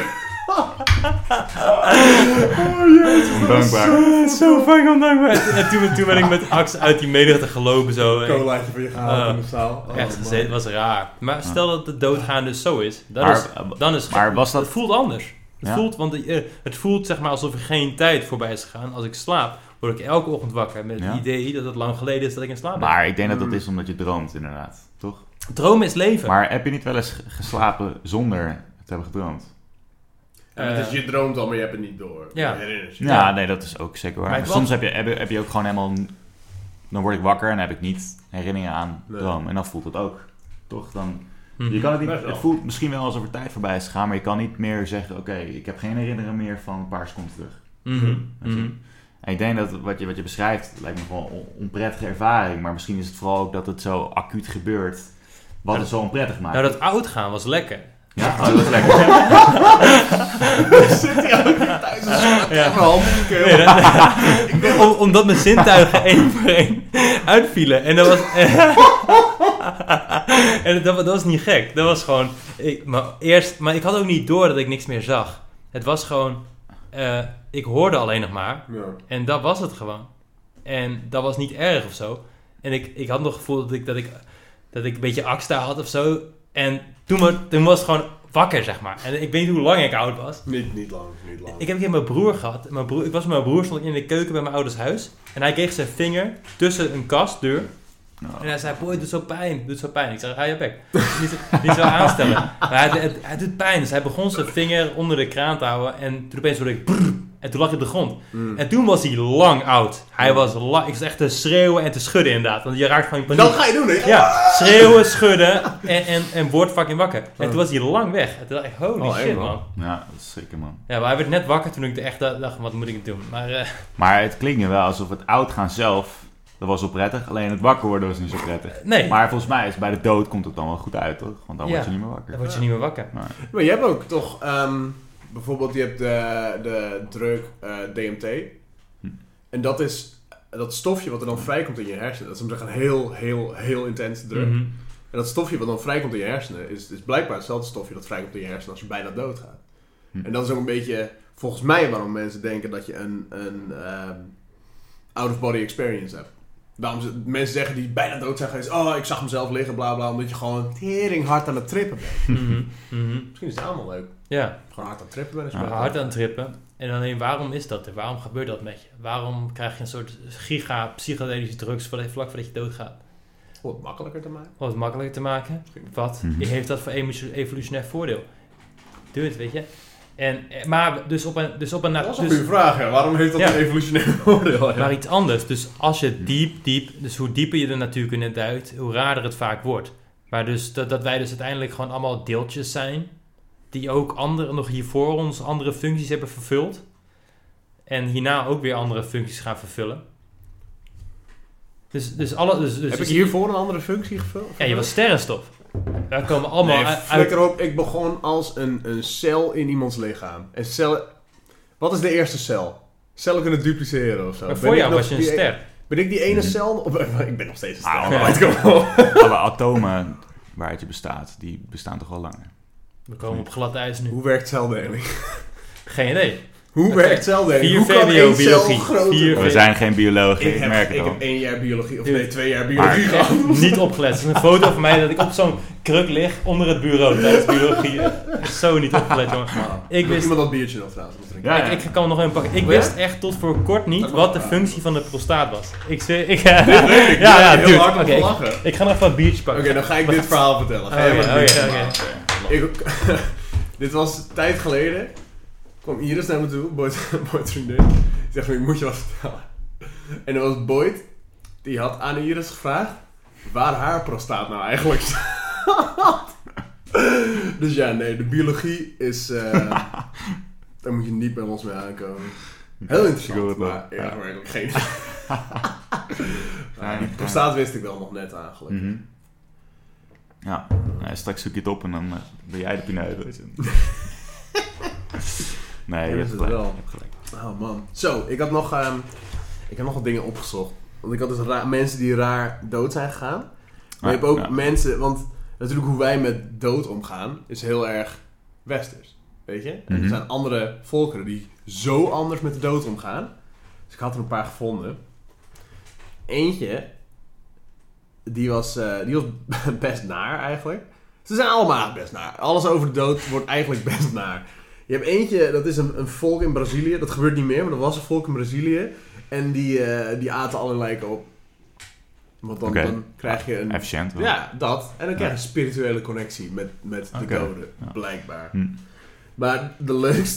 Oh jezus.
Ondankbaar.
Zo fucking ondankbaar. En toen ben ik met Ax uit die menigte gelopen zo.
Een colaatje van je gehaald in de zaal. Oh,
Echt
man.
gezeten, was raar. Maar stel dat de doodgaan dus zo is. Dan is
Maar was dat...
het voelt anders. Het
Ja?
voelt, want het voelt zeg maar alsof er geen tijd voorbij is gegaan. Als ik slaap, word ik elke ochtend wakker met
Ja.
het idee dat het lang geleden is dat ik in slaap ben.
Maar ik denk dat dat is omdat je droomt inderdaad. Toch?
Dromen is leven.
Maar heb je niet wel eens geslapen zonder te hebben gedroomd?
Ja, dus je droomt al, maar je hebt het niet door.
Ja.
Je herinnert je.
Ja, nee, dat is ook zeker waar.
Maar
Maar
ik
soms heb je ook gewoon helemaal... Dan word ik wakker en heb ik niet herinneringen aan
Nee.
droom. En dan voelt het ook. Toch? Dan...
Mhm.
Je kan het niet...
Best wel.
Het voelt misschien wel alsof er tijd voorbij is gegaan, maar je kan niet meer zeggen... Oké, ik heb geen herinneringen meer van een paar seconden terug.
Mhm. Mhm.
En ik denk dat wat je beschrijft, lijkt me gewoon een onprettige ervaring. Maar misschien is het vooral ook dat het zo acuut gebeurt, wat het zo onprettig maakt.
Nou, dat oud gaan was lekker.
Ja, oh, dat is lekker.
Zit hij ook weer thuis en zo
Ja.
mijn hand in de keel.
Nee, omdat mijn zintuigen één voor één uitvielen. En dat was... en dat was niet gek. Dat was gewoon... Maar ik had ook niet door dat ik niks meer zag. Het was gewoon... ik hoorde alleen nog maar.
Ja.
En dat was het gewoon. En dat was niet erg of zo. En ik had nog het gevoel dat ik een beetje angst had of zo. En toen was het gewoon wakker, zeg maar. En ik weet niet hoe lang ik oud was.
Niet lang.
Ik heb een keer mijn broer gehad. Ik was met mijn broer, stond ik in de keuken bij mijn ouders huis. En hij kreeg zijn vinger tussen een kastdeur.
Nou,
En hij zei, boy, het doet zo pijn. Ik zei, je bek. Niet zo aanstellen. Maar het doet pijn. Dus hij begon zijn vinger onder de kraan te houden. En toen opeens hoorde ik brrr. En toen lag hij op de grond. En toen was hij lang oud. Hij was lang. Ik was echt te schreeuwen en te schudden inderdaad. Want je raakt gewoon in paniek.
Dat ga je doen, hè?
Ja, schreeuwen, schudden en word fucking wakker. En toen was hij lang weg. En toen dacht ik, holy
Oh,
shit,
eng,
man.
ja, dat is zeker, man.
Ja, maar hij werd net wakker toen ik echt dacht, wat moet ik doen? Maar
Maar het klinkt nu wel alsof het oudgaan zelf, dat was wel prettig. Alleen het wakker worden was niet zo prettig.
nee,
Maar volgens mij is bij de dood komt het dan wel goed uit, toch? Want dan
Ja.
word je niet meer wakker.
dan word je niet meer wakker.
Maar je hebt ook toch... bijvoorbeeld, je hebt de drug DMT. En dat is dat stofje wat er dan vrijkomt in je hersenen. Dat is een heel intense drug.
Mhm.
En dat stofje wat dan vrijkomt in je hersenen is blijkbaar hetzelfde stofje dat vrijkomt in je hersenen als je bijna doodgaat. En dat is ook een beetje, volgens mij, waarom mensen denken dat je een out-of-body experience hebt. Daarom mensen zeggen die bijna dood zijn geweest, oh, ik zag mezelf liggen, bla bla, omdat je gewoon tering hard aan het trippen bent.
Mhm. Mhm.
Misschien is het allemaal leuk.
Ja,
Gewoon hard aan het trippen bent.
maar hard aan het trippen. En alleen, waarom is dat er? Waarom gebeurt dat met je? Waarom krijg je een soort giga-psychedelische drugs vlak voordat je doodgaat?
Om het makkelijker te maken.
Om het makkelijker te maken. Wat heeft dat voor evolutionair voordeel? Doe het, weet je. Maar dus op een...
Dat is een goede vraag, hè. Waarom heeft dat
Ja.
een evolutionair voordeel? Ja.
Maar iets anders. Dus als je diep... Dus hoe dieper je de natuurkunde duikt, hoe raarder het vaak wordt. Maar dus dat wij dus uiteindelijk gewoon allemaal deeltjes zijn, die ook nog hiervoor ons andere functies hebben vervuld. En hierna ook weer andere functies gaan vervullen.
Heb ik hiervoor een andere functie gevuld?
Ja, je was sterrenstof. Daar komen allemaal uit...
Flikker op, ik begon als een cel in iemands lichaam. En cellen... Wat is de eerste cel? Cellen kunnen dupliceren of zo.
Maar voor jou was je een ster.
Ben ik die ene cel? Ik ben nog steeds een ster.
Alle atomen waaruit je bestaat, die bestaan toch al langer.
We komen op glad ijs nu.
Hoe werkt celdeling?
Geen idee.
Hoe werkt celdeling?
4 VWO-biologie.
We zijn geen biologen, ik merk het al.
Ik heb 1 jaar biologie, of nee, 2 jaar biologie gehad.
Niet opgelet. Het is een foto van mij dat ik op zo'n kruk lig onder het bureau tijdens biologie. Zo niet opgelet, jongen.
Ik wist iemand dat biertje nog trouwens.
Ik kan hem nog even pakken. Ik wist echt tot voor kort niet wat de functie van de prostaat was. Ik zweer...
Dit weet ik. Ja, heel hard om te lachen.
Ik ga nog even een biertje pakken.
Oké, dan ga ik dit verhaal vertellen. Oké. Dit was een tijd geleden. Kwam Iris naar me toe, Boyd's vriendin. Die zegt van, ik moet je wat vertellen. En dan was Boyd, die had aan Iris gevraagd waar haar prostaat nou eigenlijk staat. Dus ja, nee, de biologie is... daar moet je niet bij ons mee aankomen. Heel interessant, maar eigenlijk geen... Die prostaat wist ik wel nog net aan, gelukkig.
Mm-hmm. Ja, straks zoek je het op en dan ben jij de pineut. Nee, je hebt gelijk.
Oh man. Zo, ik heb nog wat dingen opgezocht. Want ik had dus mensen die raar dood zijn gegaan. Maar je hebt ook mensen... Want natuurlijk hoe wij met dood omgaan is heel erg westers. Weet je? En er zijn andere volkeren die zo anders met de dood omgaan. Dus ik had er een paar gevonden. Eentje... Die was best naar eigenlijk. Ze zijn allemaal best naar. Alles over de dood wordt eigenlijk best naar. Je hebt eentje, dat is een volk in Brazilië. Dat gebeurt niet meer, maar dat was een volk in Brazilië. En die aten alle lijken op. Want dan krijg je een...
Efficiënt wel.
Ja, dat. En dan krijg je een spirituele connectie met de doden. Ja. Blijkbaar. Maar de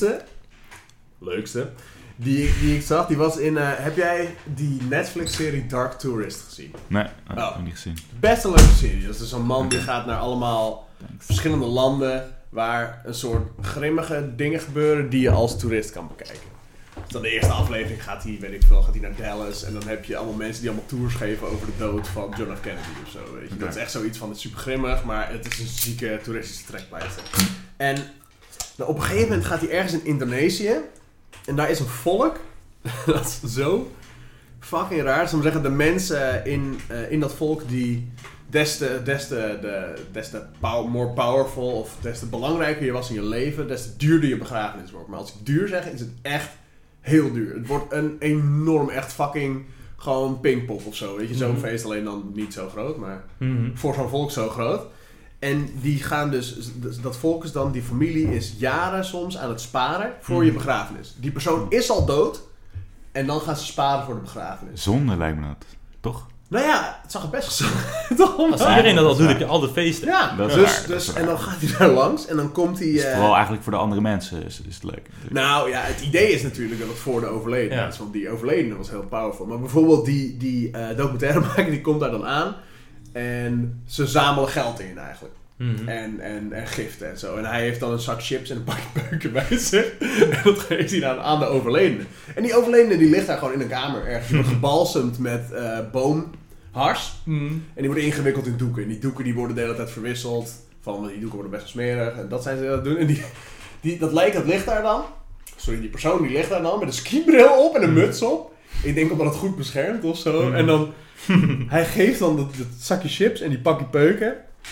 leukste... Die ik zag, die was in... heb jij die Netflix-serie Dark Tourist gezien?
Nee, heb ik niet gezien.
Best een leuke serie. Dat is dus een man die gaat naar allemaal verschillende landen... waar een soort grimmige dingen gebeuren die je als toerist kan bekijken. Dus dan de eerste aflevering gaat hij naar Dallas... en dan heb je allemaal mensen die allemaal tours geven over de dood van John F. Kennedy of zo. Weet je. Dat is echt zoiets van, het is super grimmig... maar het is een zieke toeristische trekpleister. En op een gegeven moment gaat hij ergens in Indonesië... en daar is een volk... dat is zo fucking raar. Dus dan zeggen de mensen in dat volk die... Des te more powerful of des te belangrijker je was in je leven, des te duurder je begrafenis wordt. Maar als ik duur zeg, is het echt heel duur. Het wordt een enorm, echt fucking gewoon Pinkpop of zo. Weet je, zo'n feest, alleen dan niet zo groot, maar voor zo'n volk zo groot. En die gaan dus, dat volk is dan, die familie is jaren soms aan het sparen voor je begrafenis. Die persoon is al dood en dan gaan ze sparen voor de begrafenis.
Zonde lijkt me dat, toch?
Nou ja, het zag er best gezellig uit.
Als iedereen dat al doet, heb je al de feesten.
Ja, dus en dan gaat hij daar langs en dan komt hij...
vooral eigenlijk voor de andere mensen is het leuk.
Nou ja, het idee is natuurlijk dat het voor de overledene is. Want die overledene was heel powerful. Maar bijvoorbeeld die documentairemaker, die komt daar dan aan. En ze zamelen geld in eigenlijk. En giften en zo. En hij heeft dan een zak chips en een pakje peuken bij zich. En dat geeft hij dan aan de overledene. En die overledene die ligt daar gewoon in een kamer ergens. Die wordt gebalsemd met boomhars. En die worden ingewikkeld in doeken. En die doeken die worden de hele tijd verwisseld. Die doeken worden best wel smerig. En dat zijn ze aan het doen. En dat lijk dat ligt daar dan. Die persoon die ligt daar dan met een skibril op en een muts op. Ik denk omdat het goed beschermt of zo. En dan... hij geeft dan dat zakje chips en die pakje peuken.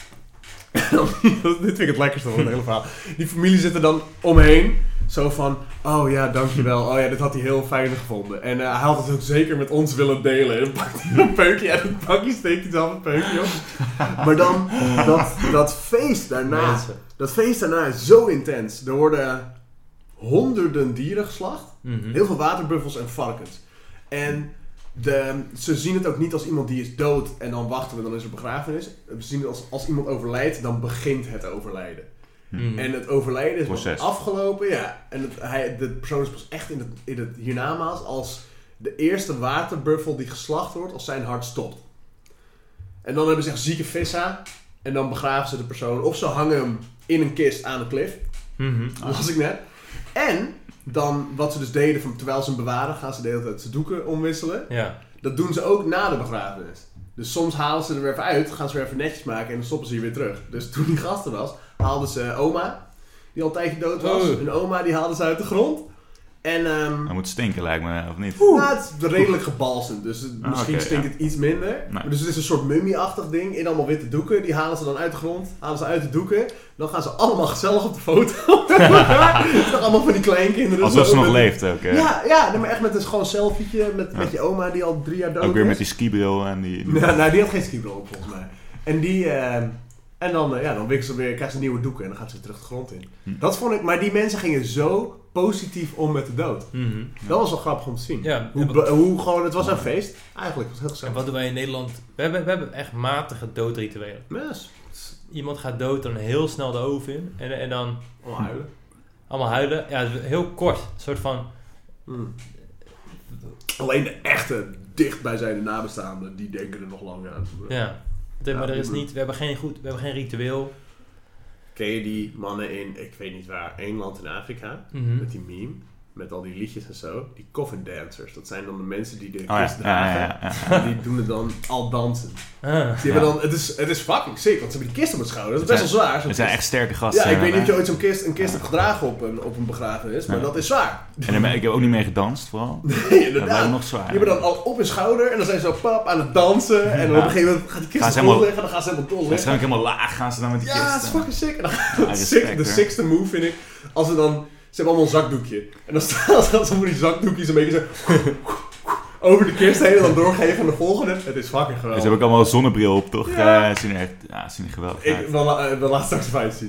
Dit vind ik het lekkerste van het hele verhaal. Die familie zit er dan omheen. Zo van, oh ja, dankjewel. Oh ja, dit had hij heel fijn gevonden. En hij had het ook zeker met ons willen delen. En dan pakt hij een peukje uit het pakje, steekt hij zelf een peukje op. Maar dan, dat feest daarna. Dat feest daarna is zo intens. Er worden honderden dieren geslacht. Heel veel waterbuffels en varkens. En... ze zien het ook niet als iemand die is dood en dan wachten we, dan is er begrafenis. We zien het als iemand overlijdt, dan begint het overlijden. En het overlijden is pas afgelopen, ja. En de persoon is pas echt in het hiernamaals als de eerste waterbuffel die geslacht wordt, als zijn hart stopt. En dan hebben ze echt zieke vissa en dan begraven ze de persoon. Of ze hangen hem in een kist aan de klif. Dat las ik net. En... Dan, wat ze dus deden, terwijl ze hem bewaren, gaan ze de hele tijd zijn doeken omwisselen. Ja. Dat doen ze ook na de begrafenis. Dus soms halen ze er weer even uit, gaan ze weer even netjes maken en dan stoppen ze hier weer terug. Dus toen die gasten was, haalden ze oma, die al een tijdje dood was. Een oma, die haalden ze uit de grond. En,
dat moet stinken, lijkt me, of niet?
Nou, het is redelijk gebalsemd, dus misschien stinkt het iets minder.
Nee.
Dus het is een soort mummie-achtig ding in allemaal witte doeken. Die halen ze dan uit de grond, halen ze uit de doeken. Dan gaan ze allemaal gezellig op de foto. Het is toch allemaal van die kleinkinderen.
Alsof ze nog leeft ook.
Ja, maar echt met een gewoon selfietje met je oma die al 3 jaar dood is.
Ook weer met die skibril en die...
Nou, die had geen skibril op volgens mij. En die... En dan krijgen ze nieuwe doeken en dan gaat ze weer terug de grond in. Dat vond ik... Maar die mensen gingen zo positief om met de dood.
Mm-hmm.
Dat was wel grappig om te zien.
Ja,
hoe gewoon... Het was een feest. Eigenlijk was het heel gezellig.
En wat doen wij in Nederland? We hebben echt matige doodrituelen.
Yes.
Iemand gaat dood, dan heel snel de oven in. En dan...
Allemaal huilen.
Allemaal huilen. Ja, heel kort. Een soort van...
Alleen de echte, dichtbijzijnde nabestaanden, die denken er nog lang aan.
Ja. Maar er is niet... We hebben geen ritueel.
Ken je die mannen in, ik weet niet waar, één land in Afrika?
Mm-hmm.
Met die meme, met al die liedjes en zo. Die coffin dancers, dat zijn dan de mensen die de kist dragen. En die doen het dan al dansen. Die hebben dan, het is fucking sick, want ze hebben die kist op het schouder. Dat is best wel zwaar.
Het zijn echt sterke gasten.
Ja, ik weet niet of je ooit een kist hebt gedragen op een begrafenis, maar dat is zwaar.
En ik heb ook niet mee gedanst, vooral.
Nee, inderdaad.
Dat lijkt me nog zwaar.
Die hebben dan al op hun schouder en dan zijn ze zo pap aan het dansen. En dan op een gegeven moment gaat die kist dol liggen en dan gaan ze helemaal dol liggen.
Waarschijnlijk helemaal laag gaan ze dan met die kist.
Ja, het is fucking sick. En dan de sixte move vind ik, als ze dan... Ze hebben allemaal een zakdoekje. En dan staan ze voor die zakdoekjes een beetje zo... over de kist heen en dan doorgeven aan de volgende. Het is fucking geweldig.
Ze hebben ook allemaal een zonnebril op, toch?
Ja.
Zien er geweldig
Ik
uit.
wil laat straks even zien.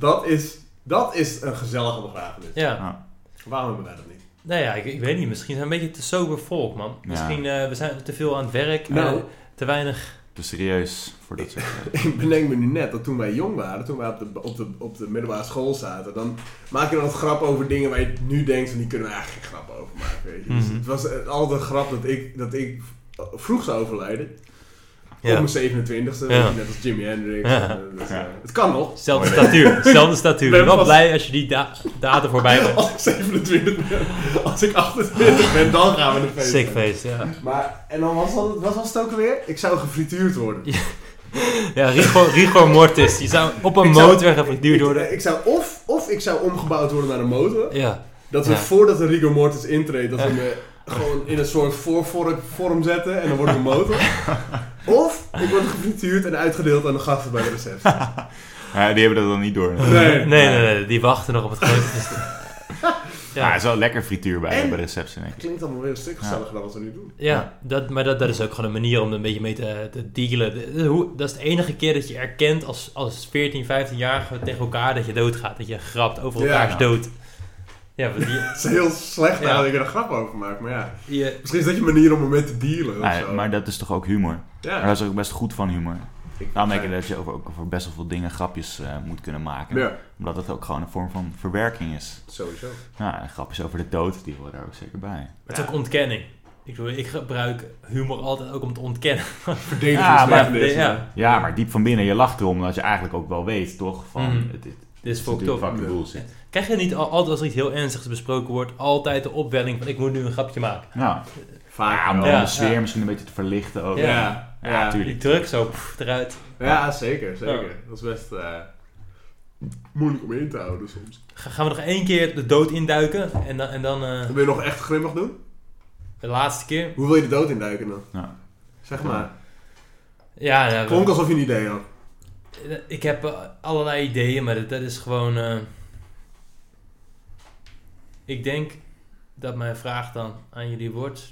Dat is een gezellige begrafenis.
Ja.
Waarom hebben wij dat niet?
Nou ja, ik weet niet. Misschien zijn we een beetje te sober volk, man. Misschien we zijn te veel aan het werk. Te weinig...
Te serieus voor dat soort
Ik bedenk me nu net dat toen wij jong waren, toen wij op de middelbare school zaten, dan maak je dan wat grap over dingen waar je nu denkt van die kunnen we eigenlijk geen grap over maken. Weet je. Dus het was altijd een grap dat ik vroeg zou overlijden.
Ja.
Op mijn 27e, net als Jimi Hendrix.
Ja.
Het kan nog.
Zelfde statuur. Ik ben wel blij als je die datum voorbij bent.
Als ik 27 ben, als ik 28 ben, dan gaan we een feest.
Sick feest, ja.
Maar, en dan wat was het ook alweer? Ik zou gefrituurd worden.
Ja, rigor mortis. Je zou op een motor gefrituurd worden.
Ik zou ik zou omgebouwd worden naar een motor.
Ja.
Dat we voordat de rigor mortis intreedt, dat we me gewoon in een soort voorvorm zetten en dan wordt het een motor. Of ik word gefrituurd en uitgedeeld aan de gasten bij de receptie.
Ja, die hebben dat dan niet door.
Nee, die wachten nog op het grote.
Ja, het is wel lekker frituur bij de receptie.
Het klinkt allemaal weer een stuk gezelliger dan wat we nu doen.
Ja, maar dat is ook gewoon een manier om er een beetje mee te dealen. Dat is de enige keer dat je erkent als 14, 15-jarige tegen elkaar dat je doodgaat. Dat je grapt over elkaars dood. Ja,
het is heel slecht dat ik er een grap over maak, maar ja. Misschien is dat je manier om ermee te dealen. Of zo.
Maar dat is toch ook humor?
Ja.
Maar dat is ook best goed van humor. Nou denk ik dat je ook over best wel veel dingen grapjes moet kunnen maken.
Ja.
Omdat het ook gewoon een vorm van verwerking is.
Sowieso.
Ja, en grapjes over de dood, die horen daar ook zeker bij.
Het is ook ontkenning. Ik gebruik humor altijd ook om te ontkennen.
Verdedigingsmechanisme.
Maar diep van binnen, je lacht erom, dat je eigenlijk ook wel weet, toch? Van,
dit is fucking
bullshit.
Krijg je niet altijd als er iets heel ernstigs besproken wordt, altijd de opwelling van ik moet nu een grapje maken?
Ja.
Vaak.
Om dan de sfeer misschien een beetje te verlichten ook.
Ja,
tuurlijk. Die druk zo eruit.
Ja, zeker. Dat is best moeilijk om in te houden soms.
Gaan we nog 1 keer de dood induiken en dan
wil je nog echt grimmig doen?
De laatste keer.
Hoe wil je de dood induiken dan?
Ja.
Zeg maar.
Ja,
klonk alsof je een idee had.
Ik heb allerlei ideeën, maar dat is gewoon... Ik denk dat mijn vraag dan aan jullie wordt...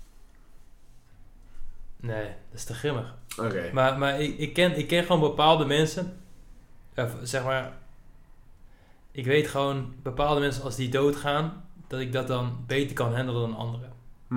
Nee, dat is te grimmig.
Oké.
Maar ik ken gewoon bepaalde mensen... zeg maar... Ik weet gewoon, bepaalde mensen als die doodgaan... dat ik dat dan beter kan handelen dan anderen.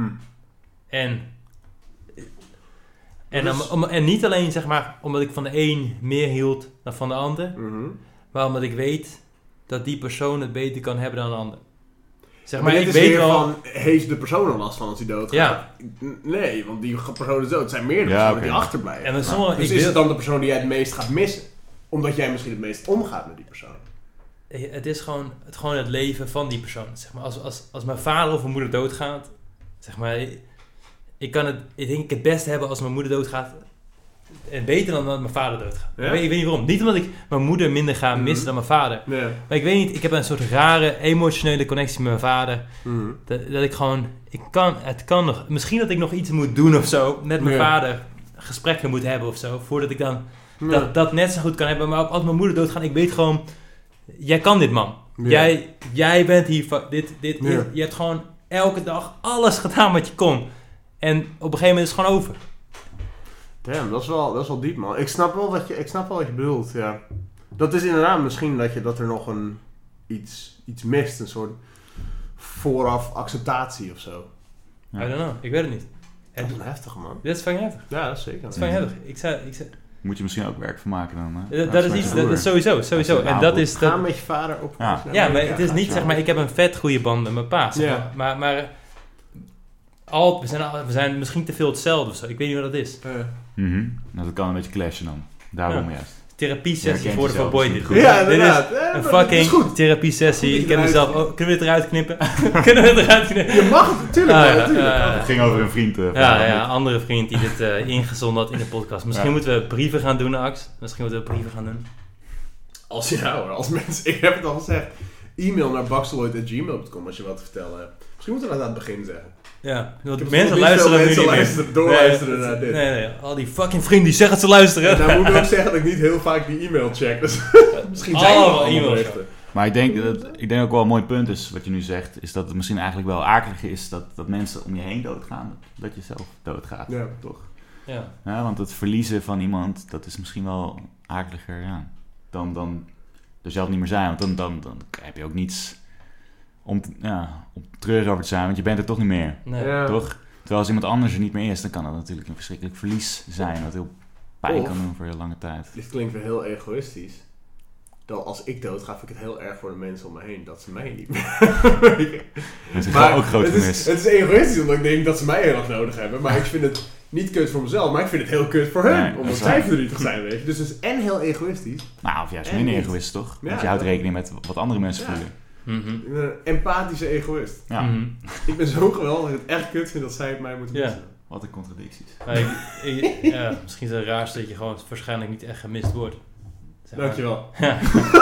En niet alleen zeg maar omdat ik van de een meer hield dan van de ander... maar omdat ik weet dat die persoon het beter kan hebben dan de ander. Zeg maar ik weet wel...
van, heeft de persoon er last van als hij doodgaat?
Ja.
Nee, want die persoon is dood. Het zijn meerdere personen die achterblijven.
En
dus is het dan de persoon die jij het meest gaat missen? Omdat jij misschien het meest omgaat met die persoon?
Het is gewoon het leven van die persoon. Zeg maar, als mijn vader of mijn moeder doodgaat... Zeg maar... ik denk ik het beste hebben als mijn moeder doodgaat. En beter dan dat mijn vader doodgaat.
Ja?
Ik weet niet waarom. Niet omdat ik mijn moeder minder ga missen dan mijn vader.
Ja.
Maar ik weet niet, ik heb een soort rare emotionele connectie met mijn vader. Dat ik gewoon, het kan nog. Misschien dat ik nog iets moet doen of zo. Met mijn vader gesprekken moet hebben of zo. Voordat ik dan dat net zo goed kan hebben. Maar ook als mijn moeder doodgaat, ik weet gewoon, jij kan dit, man. Ja. Jij bent hier, je hebt gewoon elke dag alles gedaan wat je kon. En op een gegeven moment is het gewoon over.
Damn, dat is wel diep, man. Ik snap wel wat je bedoelt, ja. Dat is inderdaad misschien dat er nog iets mist. Een soort vooraf acceptatie of zo.
Ja. I don't know, ik weet het niet.
Dat is heftig, man.
Dit is fucking heftig.
Ja, dat is zeker.
Dat is fucking heftig. Ik zei...
Moet je misschien ook werk van maken dan?
Dat is iets, dat is sowieso. En dat is...
Ga met je vader op.
Ja, maar het is niet, zeg maar, ik heb een vet goede band met mijn pa. Zeg maar. Maar we zijn misschien te veel hetzelfde of zo. Ik weet niet wat dat is.
Nou, dat kan een beetje clashen dan. Daarom juist.
Therapie-sessie voor de Boy dit.
Ja, inderdaad.
Dit is een fucking therapie-sessie. Ik heb mezelf ook... Kunnen we het eruit knippen?
Je mag het, natuurlijk.
Het ging over een vriend.
Een andere vriend die dit ingezonden had in de podcast. Misschien moeten we brieven gaan doen, Ax.
Als mensen... Ik heb het al gezegd. E-mail naar baxteloid@gmail.com als je wat te vertellen hebt. Misschien moeten we dat aan het begin zeggen.
Ja, mensen luisteren nu niet
doorluisteren naar dit.
Nee, al die fucking vrienden die zeggen dat ze luisteren.
En dan moet ik ook zeggen dat ik niet heel vaak die e-mail check. Dus misschien zijn er wel e-mails.
Maar ik denk ook wel een mooi punt is, wat je nu zegt, is dat het misschien eigenlijk wel akelig is dat mensen om je heen doodgaan. Dat je zelf doodgaat, toch? Ja, want het verliezen van iemand, dat is misschien wel akeliger, dan er zelf niet meer zijn. Want dan heb je ook niets om treurig over te zijn, want je bent er toch niet meer.
Nee.
Toch? Terwijl als iemand anders er niet meer is, dan kan dat natuurlijk een verschrikkelijk verlies zijn, wat heel pijn kan doen voor heel lange tijd.
Dit klinkt weer heel egoïstisch. Dat als ik doodga, vind ik het heel erg voor de mensen om me heen dat ze mij niet meer.
Dat is ook groot gemis.
Het is egoïstisch, omdat ik denk dat ze mij heel erg nodig hebben. Maar ik vind het niet kut voor mezelf, maar ik vind het heel kut voor hun. Omdat zij verdrietig zijn, weet je. Dus het is en heel egoïstisch.
Nou, of juist minder egoïstisch, toch? Want je houdt rekening met wat andere mensen voelen.
Ik ben een empathische egoïst.
Ja.
Ik ben zo geweldig dat ik het echt kut vind dat zij het mij moeten missen.
Wat een contradicties.
Misschien is het raarste dat je gewoon waarschijnlijk niet echt gemist wordt.
Dankjewel.
Ja.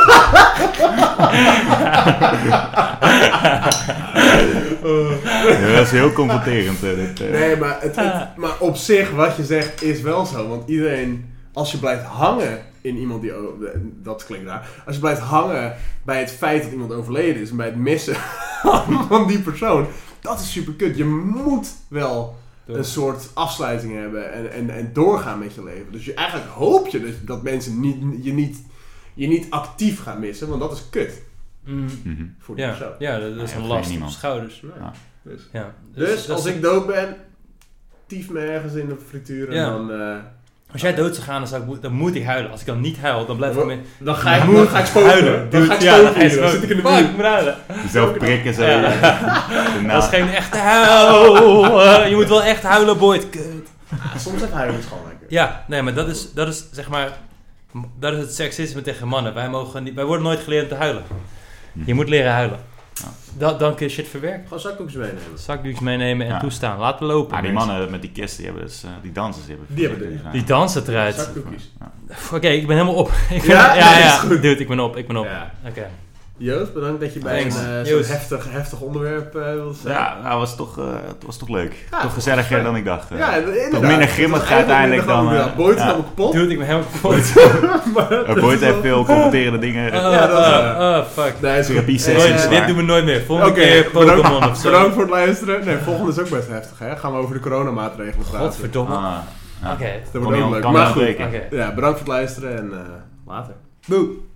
Dat is heel confronterend.
Nee, maar op zich, wat je zegt, is wel zo. Want iedereen, als je blijft hangen in iemand die... Dat klinkt raar. Als je blijft hangen bij het feit dat iemand overleden is en bij het missen van die persoon, dat is super kut. Je moet wel een soort afsluiting hebben en doorgaan met je leven. Dus eigenlijk hoop je dat mensen je niet actief gaan missen, want dat is kut. Voor die persoon.
Ja, dat is een last op schouders.
Dus als ik dood ben, tief me ergens in de frituur en dan...
Als jij dood zou gaan, dan moet ik huilen. Als ik dan niet huil, dan blijf ik...
Dan ga ik spoken.
Huilen.
Dan zit ik in de buurt.
Ik moet huilen.
Jezelf prikken zo.
Dat is geen echte huil. Je moet wel echt huilen, boy. Kut.
Soms het huilen is gewoon lekker.
Ja, nee, maar dat is zeg maar... Dat is het seksisme tegen mannen. Wij worden nooit geleerd om te huilen. Je moet leren huilen. Dan kun je shit verwerken.
Gewoon zakdoekjes
meenemen en toestaan. Laten lopen.
Die mannen met die kist, die dansers,
die dansen eruit.
Zakdoekjes.
Oké, ik ben helemaal op. Dude, ik ben op.
Ja.
Oké.
Joost, bedankt dat je bij zo'n heftig onderwerp wilde zijn.
Ja, nou, het was toch leuk. Ja, toch gezelliger dan ik dacht.
Toch
minder grimmig uiteindelijk dan...
Boyd is helemaal kapot.
Dude, ik ben helemaal kapot.
Boyd heeft veel confronterende dingen.
Fuck.
Nee,
dit doen we nooit meer. Volgende keer Pokémon of zo.
Bedankt voor het luisteren. Nee, volgende is ook best heftig, hè. Gaan we over de coronamaatregelen praten.
Godverdomme.
Dat wordt ook leuk. Maar goed, bedankt voor het luisteren en later.
Boe.